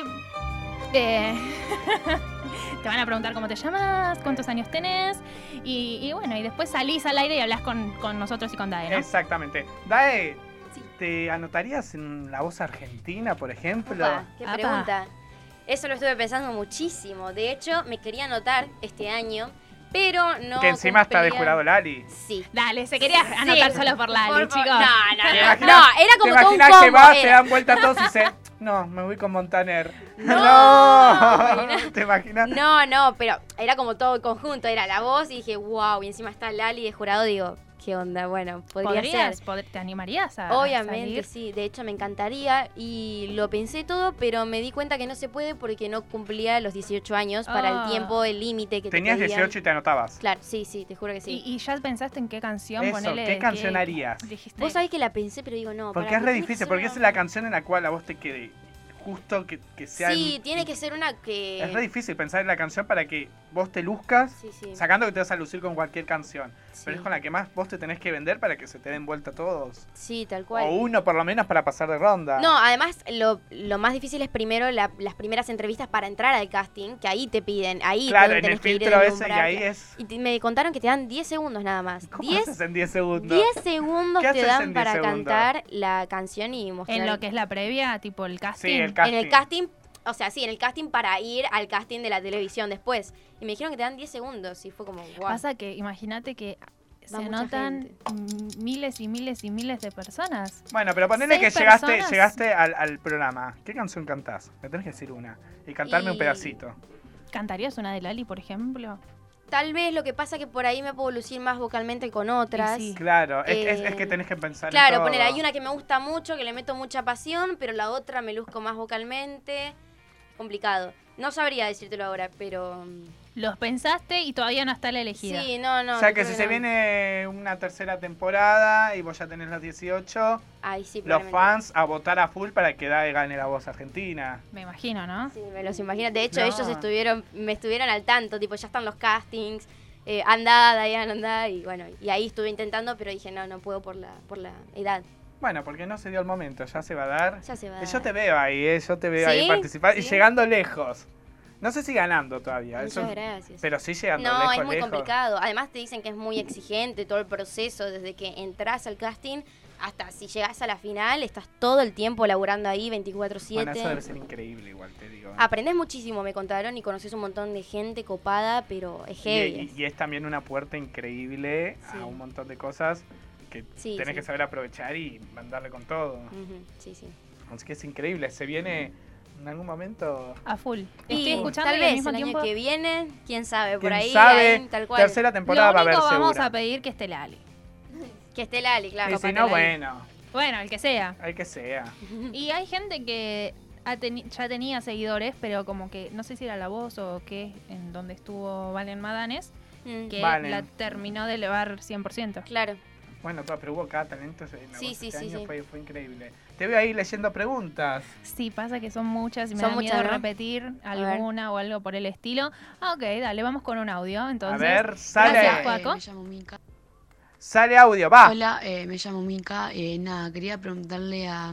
eh, te van a preguntar cómo te llamas, cuántos años tenés, y, y bueno, y después salís al aire y hablas con, con nosotros y con Dae, ¿no? Exactamente. Dae, ¿te anotarías en La Voz Argentina, por ejemplo? Opa, qué Apa. pregunta. Eso lo estuve pensando muchísimo. De hecho, me quería anotar este año, pero no. que encima está de cumplía- jurado Lali. Sí. Dale, se quería anotar solo por Lali, Por- por- chicos. No, no, ¿Te no. imaginas- No, era ¿Te como todo un imaginas combo. que vas, te era. dan vuelta todos y dices, no, me voy con Montaner? No. No. ¿Te imaginas? No, no, pero era como todo el conjunto. Era la voz y dije, wow. Y encima está Lali de jurado. Digo, ¿qué onda? Bueno, podría ¿Podrías? ser. pod- ¿Te animarías a a Obviamente, salir? sí. De hecho, me encantaría. Y lo pensé todo, pero me di cuenta que no se puede porque no cumplía los dieciocho años para Ah. el tiempo, el límite que Tenías te pedían. dieciocho y te anotabas. Claro, sí, sí, te juro que sí. ¿Y, y ya pensaste en qué canción Eso, ponele? ¿qué canción harías? Dijiste. Vos sabés que la pensé, pero digo, no. Porque para es re que difícil, funcione- porque es la canción en la cual a vos te quede justo que, que sea... Sí, en- tiene que ser una que... Es re difícil pensar en la canción para que vos te luzcas, Sí, sí. sacando que te vas a lucir con cualquier canción. Sí. Pero es con la que más vos te tenés que vender para que se te den vuelta todos. Sí, tal cual. O uno por lo menos para pasar de ronda. No, además lo, lo más difícil es primero la- las primeras entrevistas para entrar al casting, que ahí te piden, ahí Claro, te en tenés el que ir filtro ese y deslumbrarte. ahí es... Y te- me contaron que te dan diez segundos nada más. ¿Cómo diez, haces en diez segundos? diez segundos ¿Qué te haces dan en diez para segundos? cantar la canción y mostrar. En lo que es la previa, tipo el casting. Sí, el casting. En el casting, o sea, sí, en el casting para ir al casting de la televisión después. Y me dijeron que te dan diez segundos y fue como, wow. Pasa que imagínate que Va se mucha notan mm, miles y miles y miles de personas. Bueno, pero ponele que Seis llegaste, personas. llegaste al, al programa. ¿Qué canción cantás? Me tenés que decir una. Y cantarme un Y- pedacito. ¿Cantarías una de Lali, por ejemplo? Tal vez lo que pasa que por ahí me puedo lucir más vocalmente con otras. Y sí. Claro, es, es- es Eh, que tenés que pensar en Claro, todo. poner, hay una que me gusta mucho, que le meto mucha pasión, pero la otra me luzco más vocalmente. Complicado. No sabría decírtelo ahora, pero... mm, Los pensaste y todavía no está la elegida. Sí, no, no. o sea yo que creo si se no. viene una tercera temporada y vos ya tenés las dieciocho, Ay, sí, los probablemente. fans a votar a full para que da- gane la voz argentina. Me imagino, ¿no? Sí, me los imagino. De hecho, No. ellos estuvieron, me estuvieron al tanto, tipo, ya están los castings, eh, andá, Diana, andá, y bueno, y ahí estuve intentando, pero dije, no, no puedo por la, por la edad. Bueno, porque no se dio el momento, ya se va a dar. Ya se va a Y Yo dar. te veo ahí, eh, yo te veo ahí ¿Sí? participar y ¿Sí? llegando lejos. No sé si ganando todavía. Muchas eso- gracias. Pero sí llegando No, lejos, es muy lejos. complicado. Además te dicen que es muy exigente todo el proceso, desde que entras al casting hasta si llegás a la final, estás todo el tiempo laburando ahí veinticuatro siete. Bueno, eso debe ser increíble igual, te digo. Aprendés muchísimo, me contaron, y conoces un montón de gente copada, pero es Y, heavy. y- y es también una puerta increíble Sí. a un montón de cosas que Sí, tenés sí. que saber aprovechar y mandarle con todo. Ujú, sí, sí. Así que es increíble. Se viene en algún momento. A full. Estoy Y escuchando tal y al vez mismo el tiempo. año que viene, quién sabe, por ¿Quién ahí, sabe? ahí, tal cual. Tercera temporada Lo va a único haber vamos segura. a pedir que esté Lali. Que esté Lali, claro. Y si Copate no, Lali. bueno, Bueno, el que sea. hay que sea. Y hay gente que ha teni- ya tenía seguidores, pero como que no sé si era La Voz o qué, en donde estuvo Valen Madanes, Mm, que Valen. la terminó de elevar cien por ciento. Claro. Bueno, todo, pero hubo cada talento en la Sí, voz sí, este sí, año sí. Fue, fue increíble. Te veo ahí leyendo preguntas. Sí, pasa que son muchas y me Son da muchas, miedo ¿no? repetir ver. alguna o algo por el estilo. Ah, ok, dale, vamos con un audio. Entonces, a ver, sale, gracias, Eh, Paco. me llamo Mica. sale audio, va. Hola, eh, me llamo Mica. Eh, nada, quería preguntarle a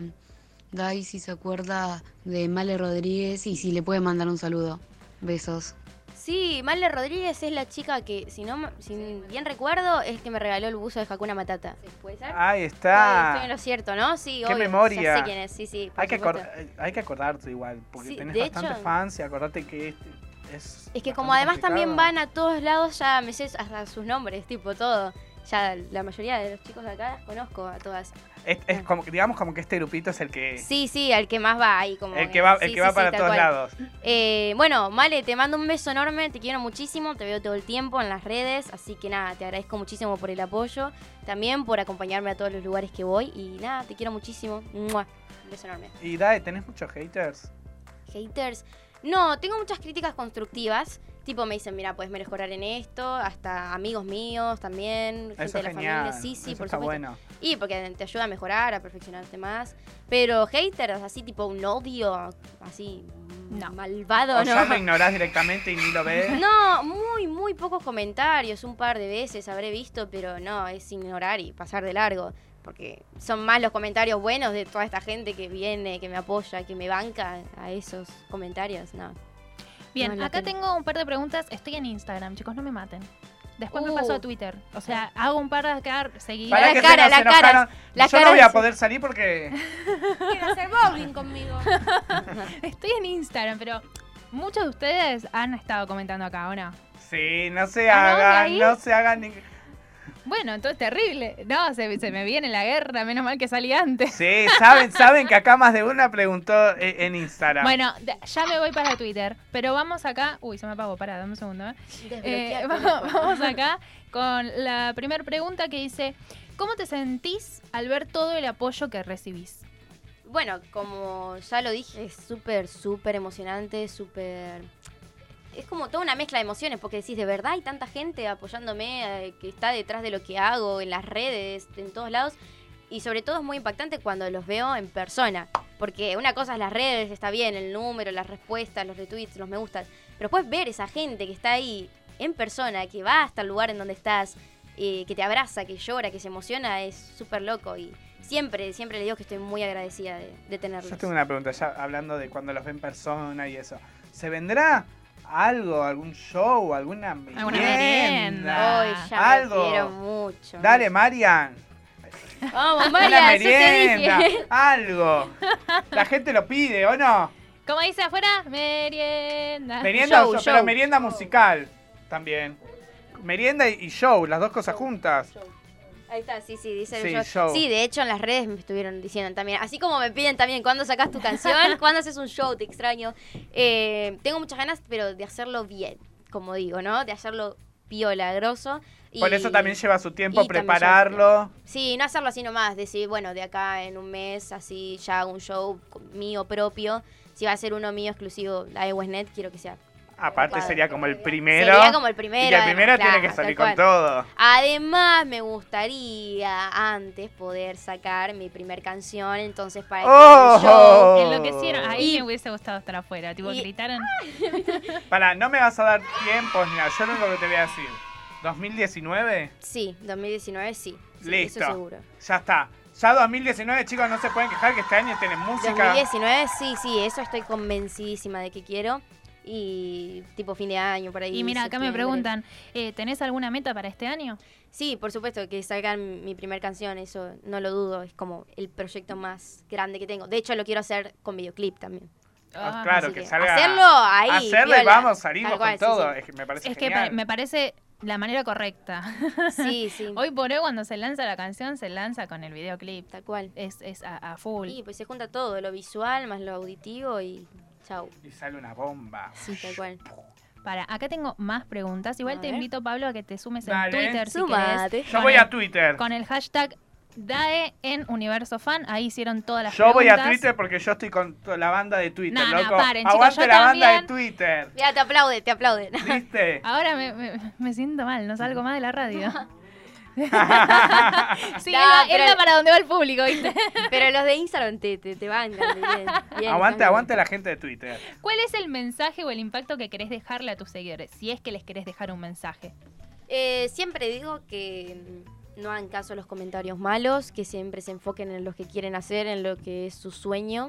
Dai si se acuerda de Male Rodríguez y si le puede mandar un saludo. Besos. Sí, Male Rodríguez es la chica que, si no, me- si bien recuerdo, es que me regaló el buzo de Hakuna Matata. ¿Puede ser? Ahí Estoy, estoy en está. lo cierto, ¿no? Sí, Qué obvio. memoria. Ya sé quién es, sí, sí. por Hay que, supuesto. acor- eh, hay que acordarte igual, porque Sí, tenés de bastantes hecho- fans y acordate que es. Es, Es que como bastante además también complicado. van a todos lados, ya me sé hasta sus nombres, tipo todo. Ya la mayoría de los chicos de acá las conozco a todas. Es, es como que, digamos, como que este grupito es el que. Sí, sí, al que más va ahí. Como el que va, sí, el que sí, va sí, para tal todos cual. lados. Eh, bueno, Male, te mando un beso enorme, te quiero muchísimo, te veo todo el tiempo en las redes, así que nada, te agradezco muchísimo por el apoyo, también por acompañarme a todos los lugares que voy y nada, te quiero muchísimo. ¡Mua! Un beso enorme. Y Dae, ¿tenés muchos haters? Haters. No, tengo muchas críticas constructivas. Tipo, me dicen, mira, puedes mejorar en esto. Hasta amigos míos también. Gente Eso de es la genial. familia. Sí, sí, Eso por está supuesto. bueno. Y porque te ayuda a mejorar, a perfeccionarte más. Pero haters, así tipo un odio, así No. malvado, O ¿no? ya lo ignorás directamente y ni lo ves. No, muy, muy pocos comentarios. Un par de veces habré visto, pero no, es ignorar y pasar de largo. Porque son más los comentarios buenos de toda esta gente que viene, que me apoya, que me banca a esos comentarios. No. Bien, No, la acá pena. tengo un par de preguntas. Estoy en Instagram, chicos, no me maten. Después me Uh. paso a Twitter. O sea, hago un par de acá seguidas. Pará la que cara, se nos- la se nos cara, enojaron. la Yo cara no voy a de- poder salir porque. Quiero hacer bowling conmigo. Estoy en Instagram, pero muchos de ustedes han estado comentando acá, ¿o no? Sí, no se ¿Ah, no? ¿De hagan, ahí? no se hagan ni. Bueno, entonces terrible. No, se, se me viene la guerra, menos mal que salí antes. Sí, saben, saben que acá más de una preguntó eh, en Instagram. Bueno, de- ya me voy para Twitter, pero vamos acá. Uy, se me apagó, pará, dame un segundo. ¿eh? Eh, Desbloquear vamos, teléfono. vamos acá con la primera pregunta que dice: ¿cómo te sentís al ver todo el apoyo que recibís? Bueno, como ya lo dije, es súper, súper emocionante, súper... Es como toda una mezcla de emociones, porque decís, de verdad hay tanta gente apoyándome, eh, que está detrás de lo que hago, en las redes, en todos lados. Y sobre todo es muy impactante cuando los veo en persona. Porque una cosa es las redes, está bien, el número, las respuestas, los retweets, los me gustas. Pero después ver esa gente que está ahí en persona, que va hasta el lugar en donde estás, eh, que te abraza, que llora, que se emociona, es súper loco. Y siempre, siempre le digo que estoy muy agradecida de, de tenerlos. Yo tengo una pregunta, ya hablando de cuando los ven en persona y eso. ¿Se vendrá algo, algún show, alguna merienda? Alguna merienda. Hoy ya algo. me quiero mucho. Dale, Marian. Vamos, Una María, yo te merienda, dije. algo. La gente lo pide, ¿o no? Como dice afuera, merienda. Merienda, Show, o- show. pero merienda musical también. Merienda y y show, las dos cosas juntas. Ahí está, sí, sí, dice Sí, el show. show. Sí, de hecho en las redes me estuvieron diciendo también, así como me piden también cuándo sacas tu canción, cuándo haces un show, te extraño. Eh, tengo muchas ganas, pero de hacerlo bien, como digo, ¿no? De hacerlo piola, grosso. Y, Por eso también lleva su tiempo y también prepararlo. Sí, no hacerlo así nomás, decir, bueno, de acá en un mes, así ya hago un show mío propio. Si va a ser uno mío exclusivo, la de Westnet, quiero que sea. Aparte Copado. sería como el primero. Sería como el primero. Y que el primero además, tiene claro, que salir tal con cual. todo. Además, me gustaría antes poder sacar mi primer canción, entonces para ¡Oh! que el show... Enloquecieron. Ahí Y- me hubiese gustado estar afuera. Tipo, y- gritaron. Para, no me vas a dar tiempos ni nada. Yo lo único que te voy a decir. ¿dos mil diecinueve? Sí, dos mil diecinueve sí. sí Listo. Eso seguro. Ya está. Ya dos mil diecinueve, chicos, no se pueden quejar que este año tienen música. dos mil diecinueve sí, sí, eso estoy convencidísima de que quiero. Y tipo fin de año, por ahí. Y mira, acá me septiembre. preguntan, eh, ¿tenés alguna meta para este año? Sí, por supuesto, que salgan mi primer canción, eso no lo dudo, es como el proyecto más grande que tengo. De hecho, lo quiero hacer con videoclip también. Ah, Ah, claro, así que, que salga. hacerlo ahí, Hacerlo y piola. vamos, salimos Tal cual, con sí, todo. sí. Es que me parece Es que genial. pa- me parece la manera correcta. Sí, sí, Hoy por hoy, cuando se lanza la canción, se lanza con el videoclip. tal cual. Es, es a, a full. Y pues se junta todo, lo visual más lo auditivo y chau. Y sale una bomba. Sí, tal cual. Para, acá tengo más preguntas. Igual A te ver. invito, Pablo, a que te sumes Dale. en Twitter si Sumate. querés. Yo Con voy el- a Twitter. Con el hashtag DAE en Universo Fan. Ahí hicieron todas las Yo voy a preguntas. Twitter porque yo estoy con to- la banda de Twitter, Nah, nah, loco. paren, chicos, Aguante yo la banda de también. Twitter. Mira, te aplaude, te aplaude. ¿Viste? Ahora me, me- me siento mal, no salgo más de la radio. sí, No, es, la, es pero- la para donde va el público, ¿viste? Pero los de Instagram te, te, te van bien. bien aguante, están aguante la gente de Twitter. ¿Cuál es el mensaje o el impacto que querés dejarle a tus seguidores? Si es que les querés dejar un mensaje. Eh, siempre digo que mm, no hagan caso a los comentarios malos, que siempre se enfoquen en lo que quieren hacer, en lo que es su sueño.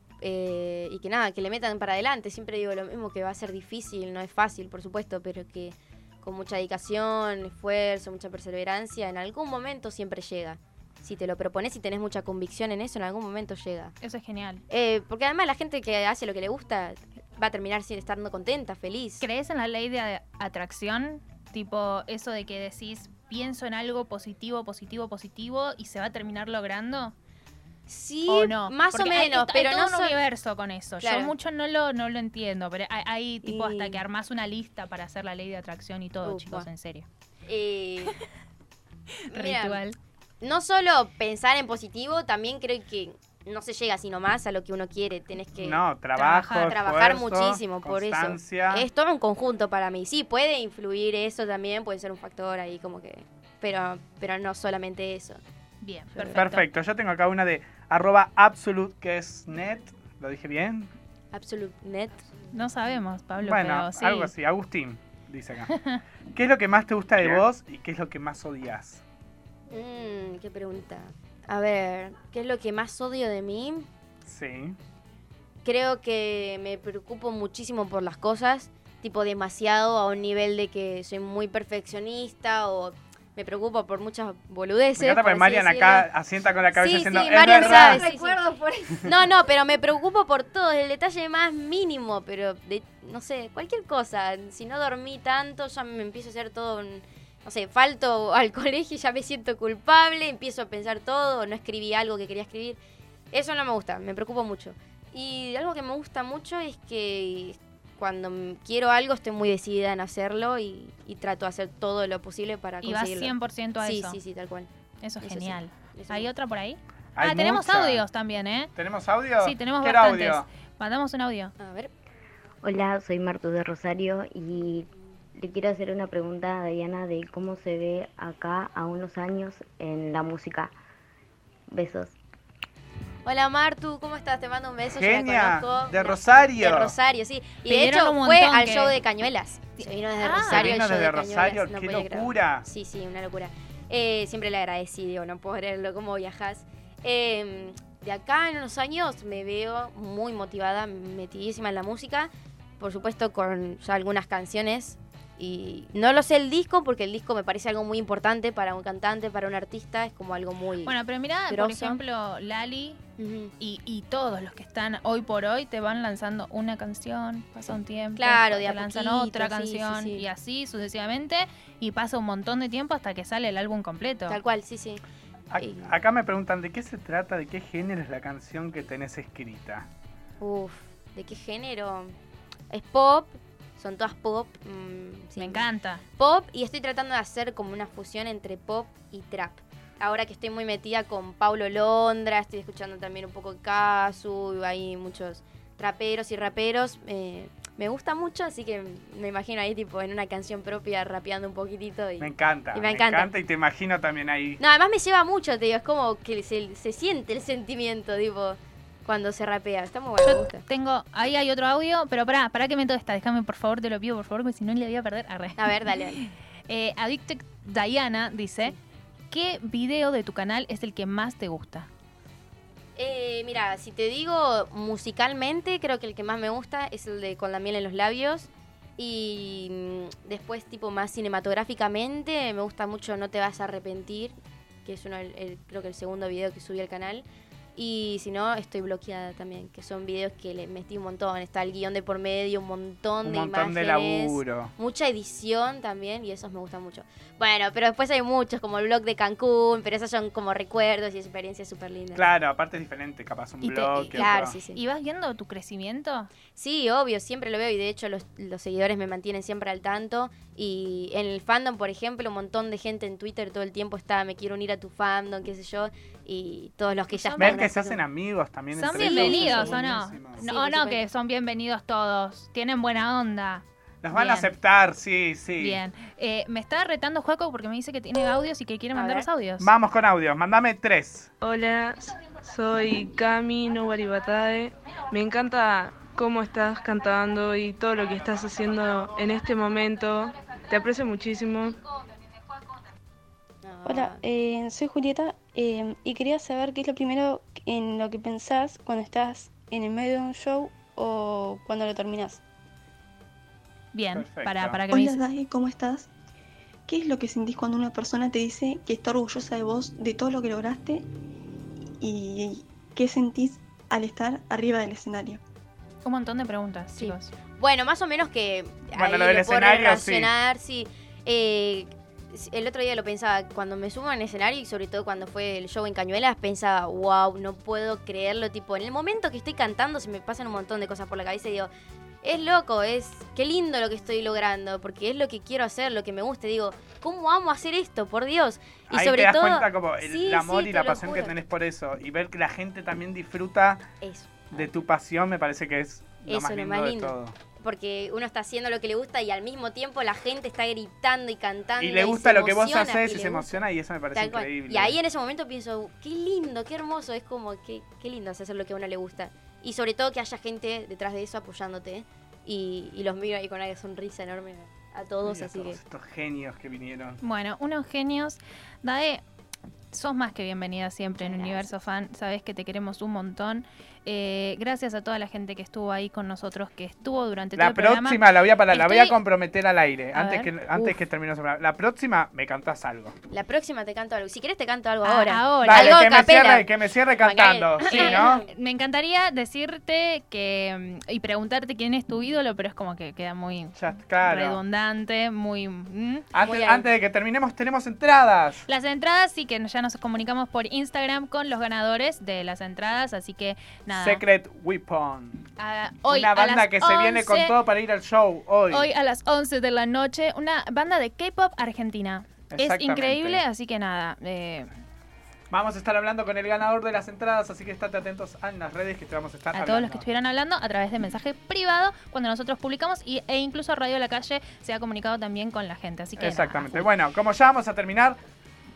eh, y que nada, que le metan para adelante. Siempre digo lo mismo, que va a ser difícil, no es fácil, por supuesto, pero que con mucha dedicación, esfuerzo, mucha perseverancia, en algún momento siempre llega. Si te lo propones y tenés mucha convicción en eso, en algún momento llega. Eso es genial. Eh, porque además la gente que hace lo que le gusta va a terminar sin estando contenta, feliz. ¿Crees en la ley de a- atracción? Tipo, eso de que decís, pienso en algo positivo, positivo, positivo, y se va a terminar logrando. Sí, ¿O no? más Porque o hay- menos, hay pero todo no un son- universo con eso. Claro. Yo mucho no lo, no lo entiendo, pero hay, hay tipo Y- hasta que armás una lista para hacer la ley de atracción y todo, Upa. chicos, en serio. Eh, mira, Ritual. no solo pensar en positivo, también creo que no se llega así nomás a lo que uno quiere. Tenés que No, trabajo, trabajar, trabajar esfuerzo, muchísimo por eso. constancia. Es todo un conjunto para mí. Sí, puede influir eso también, puede ser un factor ahí como que... Pero, pero no solamente eso. Bien, perfecto. Perfecto, yo tengo acá una de arroba absolute que es net. ¿Lo dije bien? Absolute Net. No sabemos, Pablo, bueno, pero sí. algo así. Agustín, dice acá. ¿Qué es lo que más te gusta de Bien. vos y qué es lo que más odias? Mmm, qué pregunta. A ver, ¿qué es lo que más odio de mí? Sí. Creo que me preocupo muchísimo por las cosas, tipo demasiado a un nivel de que soy muy perfeccionista o me preocupo por muchas boludeces. Me encanta porque por así Marian acá decirlo. asienta con la cabeza Sí, diciendo, sí, es Marian verdad. sabe, sí, sí. Recuerdo por eso. No, no, pero me preocupo por todo, el detalle más mínimo, pero de, no sé, cualquier cosa. Si no dormí tanto, ya me empiezo a hacer todo, un- no sé, falto al colegio y ya me siento culpable, empiezo a pensar todo, no escribí algo que quería escribir. Eso no me gusta, me preocupo mucho. Y algo que me gusta mucho es que cuando m- quiero algo estoy muy decidida en hacerlo y, y trato de hacer todo lo posible para Y vas conseguirlo. cien por ciento a sí, eso. sí, sí, tal cual. Eso es Eso sí, genial. eso ¿Hay sí. otra por ahí? Hay ah, tenemos muchas. audios también, ¿eh? ¿Tenemos audio? Sí, tenemos ¿Qué bastantes. audio? Mandamos un audio. A ver. Hola, soy Martu de Rosario y le quiero hacer una pregunta a Diana de cómo se ve acá a unos años en la música. Besos. Hola Martu, ¿cómo estás? Te mando un beso. Genia, yo la conozco. de Rosario. De Rosario, sí. Y de Pidieron hecho un fue montón al que- show de Cañuelas. Se vino desde Ah, Rosario vino al show desde de Rosario, Cañuelas. No qué podía creerlo. locura. Sí, sí, una locura. Eh, siempre le agradecí, digo, no puedo creerlo, cómo viajás. Eh, de acá en unos años me veo muy motivada, metidísima en la música. Por supuesto con ya algunas canciones. Y no lo sé el disco, porque el disco me parece algo muy importante para un cantante, para un artista. Es como algo muy... Bueno, pero mira, por grosso. ejemplo, Lali Ujú. y, y todos los que están hoy por hoy te van lanzando una canción, pasa un tiempo, Claro, te de a lanzan poquito, otra sí, canción sí, sí. y así sucesivamente y pasa un montón de tiempo hasta que sale el álbum completo. Tal cual, sí, sí. A- Acá me preguntan de qué se trata, de qué género es la canción que tenés escrita. Uf, ¿de qué género? Es pop, son todas pop. mm, sí. Me encanta. Pop, y estoy tratando de hacer como una fusión entre pop y trap. Ahora que estoy muy metida con Paulo Londra, estoy escuchando también un poco Casu, hay muchos traperos y raperos. eh, me gusta mucho, así que me imagino ahí tipo en una canción propia rapeando un poquitito. Y, Me encanta, y me, me encanta. encanta y te imagino también ahí. No, además me lleva mucho, te digo, es como que se, se siente el sentimiento, tipo, cuando se rapea. Está muy bueno, me gusta. Tengo, ahí hay otro audio, pero pará, pará que meto esta, déjame por favor, te lo pido por favor, porque si no le voy a perder. Arre. A ver, dale, dale. Eh, Addicted Diana dice, ¿qué video de tu canal es el que más te gusta? Eh, mira, si te digo musicalmente, creo que el que más me gusta es el de Con la miel en los labios. Y mm, después, tipo más cinematográficamente, me gusta mucho No te vas a arrepentir, que es uno, el- el- creo que el segundo video que subí al canal. Y si no, Estoy bloqueada también, que son videos que le metí un montón. Está el guión de por medio, un montón Un de montón de imágenes. laburo. Mucha edición también, y esos me gustan mucho. Bueno, pero después hay muchos, como el blog de Cancún, pero esos son como recuerdos y experiencias súper lindas. Claro, aparte es diferente, capaz un Y te- blog. y- que claro, otro. sí, sí. ¿Y vas viendo tu crecimiento? Sí, obvio, siempre lo veo y de hecho los, los seguidores me mantienen siempre al tanto. Y en el fandom, por ejemplo, un montón de gente en Twitter todo el tiempo está, me quiero unir a tu fandom, qué sé yo. Y todos los que ya Ver están que se así hacen como- amigos también. ¿Son entre ellos, bienvenidos eso o es no? buenísimo. No, Sí, o por no, supuesto. que son bienvenidos todos. Tienen buena onda. Nos van a Bien. aceptar, sí, sí. Bien. Eh, me está retando Juaco porque me dice que tiene audios y que quiere A mandar ver. los audios. Vamos con audios, mándame tres. Hola, soy Cami Nobari Batae. Me encanta cómo estás cantando y todo lo que estás haciendo en este momento. Te aprecio muchísimo. Hola, eh, soy Julieta eh, y quería saber qué es lo primero en lo que pensás cuando estás en el medio de un show o cuando lo terminás. Bien, Perfecto. para, para que me Hola dices. Dai, ¿cómo estás? ¿Qué es lo que sentís cuando una persona te dice que está orgullosa de vos, de todo lo que lograste? ¿Y qué sentís al estar arriba del escenario? Un montón de preguntas, Sí. chicos. Bueno, más o menos que Bueno, ahí lo del lo puedo escenario, relacionar, sí. Eh, el otro día lo pensaba, cuando me subo en escenario y sobre todo cuando fue el show en Cañuelas, pensaba, wow, no puedo creerlo, tipo, en el momento que estoy cantando se me pasan un montón de cosas por la cabeza y digo, es loco, es qué lindo lo que estoy logrando, porque es lo que quiero hacer, lo que me gusta, digo, ¿cómo amo hacer esto? Por Dios. Y Ahí sobre te das todo, cuenta como el Sí, amor sí, y te la lo pasión que juro. tenés por eso. Y ver que la gente también disfruta Eso. de tu pasión me parece que es lo Eso, más lo lindo, más de lindo. todo. Porque uno está haciendo lo que le gusta y al mismo tiempo la gente está gritando y cantando. Y le gusta se lo que vos emociona, haces y le se gusta. emociona y eso me parece Tal cual. increíble. Y ahí en ese momento pienso, qué lindo, qué hermoso, es como, qué, qué lindo es hacer lo que a uno le gusta. Y sobre todo que haya gente detrás de eso apoyándote y, y los miro ahí con una sonrisa enorme a todos, Y a así todos que... estos genios que vinieron. Bueno, unos genios. Dae, sos más que bienvenida siempre en Universo Fan. Sabés que te queremos un montón. Eh, gracias a toda la gente que estuvo ahí con nosotros, que estuvo durante todo La el programa. próxima la voy a parar, la voy a Estoy- comprometer al aire. A Antes ver. que, antes Uf. que termine el programa. La próxima me cantás algo. La próxima te canto algo. Si querés te canto algo Ah, ahora. ahora. Dale, Algo que me, capela. cierre, que me cierre cantando. Sí, Eh, ¿no? Me encantaría decirte que mm, y preguntarte quién es tu ídolo, pero es como que queda muy claro. redundante, muy... mm. Antes, antes de que terminemos, tenemos entradas. Las entradas sí que ya nos comunicamos por Instagram con los ganadores de las entradas, así que nada. Secret Weapon. Ah, hoy Una a banda las que se viene con once todo para ir al show hoy. Hoy a las once de la noche, una banda de K-pop argentina. Es Exactamente. increíble, así que nada. eh, Vamos a estar hablando con el ganador de las entradas, así que estate atentos en las redes que te vamos a estar a hablando. todos los que estuvieran hablando a través de mensaje privado cuando nosotros publicamos y, e incluso Radio La Calle se ha comunicado también con la gente. Así que Exactamente. nada, Bueno, como ya vamos a terminar,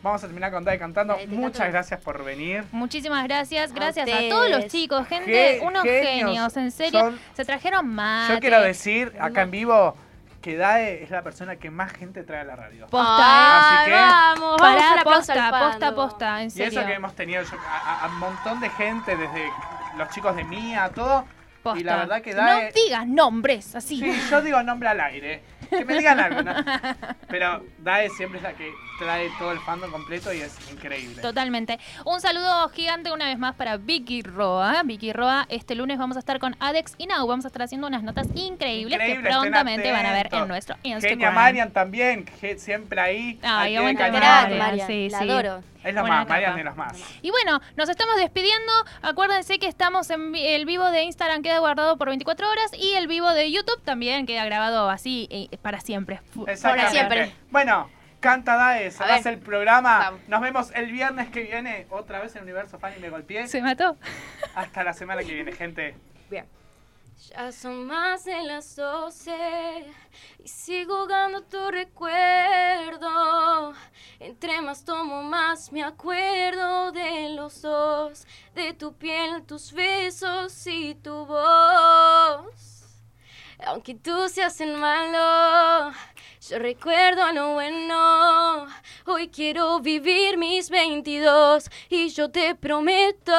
Vamos a terminar con Dai cantando. Dale, te Muchas canto. gracias por venir. Muchísimas gracias, gracias a, ustedes. todos los chicos, gente, Ge- unos genios genios, en serio. son- Se trajeron más. Yo quiero decir acá en vivo que Dae es la persona que más gente trae a la radio. Posta, Así ¿eh? que- Vamos, Pará, vamos, un aplauso posta, al posta, Fando. posta, en Y serio. eso que hemos tenido yo, a, a- a un montón de gente, desde los chicos de Mía, todo. Posta. Y la verdad que No Dae... digas nombres así. Sí, yo digo nombre al aire. Que me digan algo, ¿no? Pero Dae siempre es la que trae todo el fandom completo y es increíble. Totalmente. Un saludo gigante una vez más para Vicky Roa. Vicky Roa, este lunes vamos a estar con Adex y Now. Vamos a estar haciendo unas notas increíbles Increíble, que estén prontamente van a ver atentos. en nuestro Genia Instagram. Marian también, que siempre ahí. Ay, al pie del aguante cañón. Marian, Marian, sí, la sí. adoro. Es lo Buena más, Marian capa. de los más. Y bueno, nos estamos despidiendo. Acuérdense que estamos en vi- el vivo de Instagram queda guardado por veinticuatro horas y el vivo de YouTube también queda grabado así eh, para siempre. Fu- Exactamente. siempre. Bueno, canta Dae, se A va a ver. hacer el programa. Nos vemos el viernes que viene, otra vez en Universo Fan y me golpeé. Se mató. Hasta la semana que viene, gente. Bien. Ya son más de las doce y sigo jugando tu recuerdo. Entre más tomo, más me acuerdo de los dos, de tu piel, tus besos y tu voz. Aunque tú seas el malo, yo recuerdo lo bueno. Hoy quiero vivir mis veintidós y yo te prometo,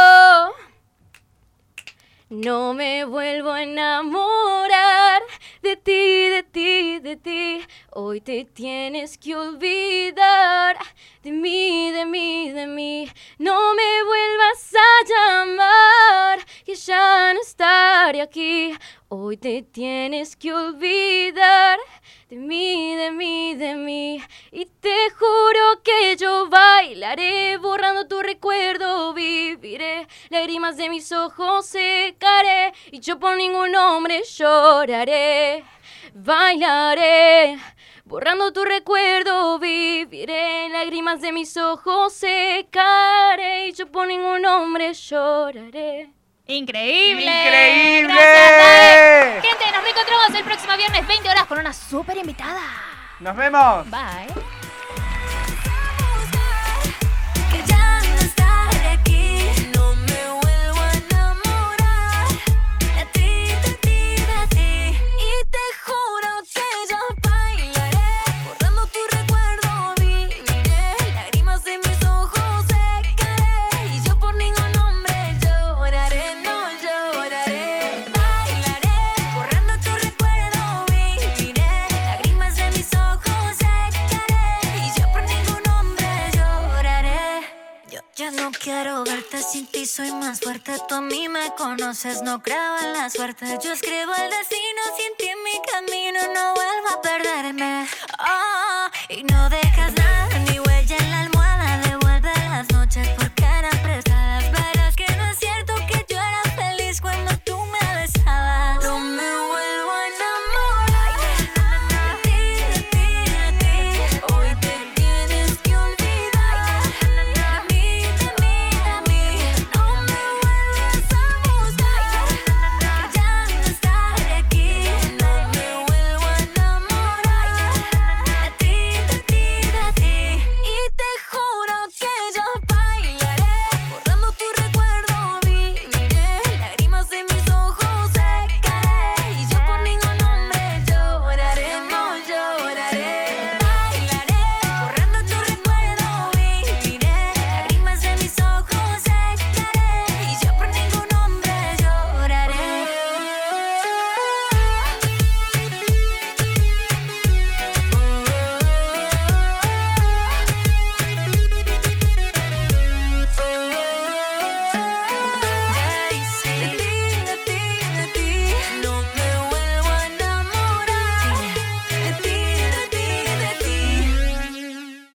no me vuelvo a enamorar de ti, de ti, de ti. Hoy te tienes que olvidar de mí, de mí, de mí. No me vuelvas a llamar, que ya no estaré aquí. Hoy te tienes que olvidar de mí, de mí, de mí. Y te juro que yo bailaré, borrando tu recuerdo viviré. Lágrimas de mis ojos secaré, y yo por ningún hombre lloraré. Bailaré, borrando tu recuerdo viviré. Lágrimas de mis ojos secaré, y yo por ningún hombre lloraré. Increíble. Increíble. Gracias, Dae. Gente, nos reencontramos el próximo viernes veinte horas con una súper invitada. Nos vemos. Bye. Que ya no estaré aquí, no me vuelvo a enamorar de ti, de ti, de ti. Y te juro que yo bailaré, borrando tu recuerdo viviré. Lágrimas de mis ojos secaré, y yo por ningún hombre lloraré, no lloraré. Bailaré, borrando tu recuerdo viviré. Lágrimas de mis ojos secaré, y yo por ningún hombre lloraré. Yo ya no quiero verte sin ti, soy más fuerte. Tú a mí me conoces, no creo en la suerte. Yo escribo el destino, sin ti en mi camino no vuelvo a perderme. Oh, y no dejes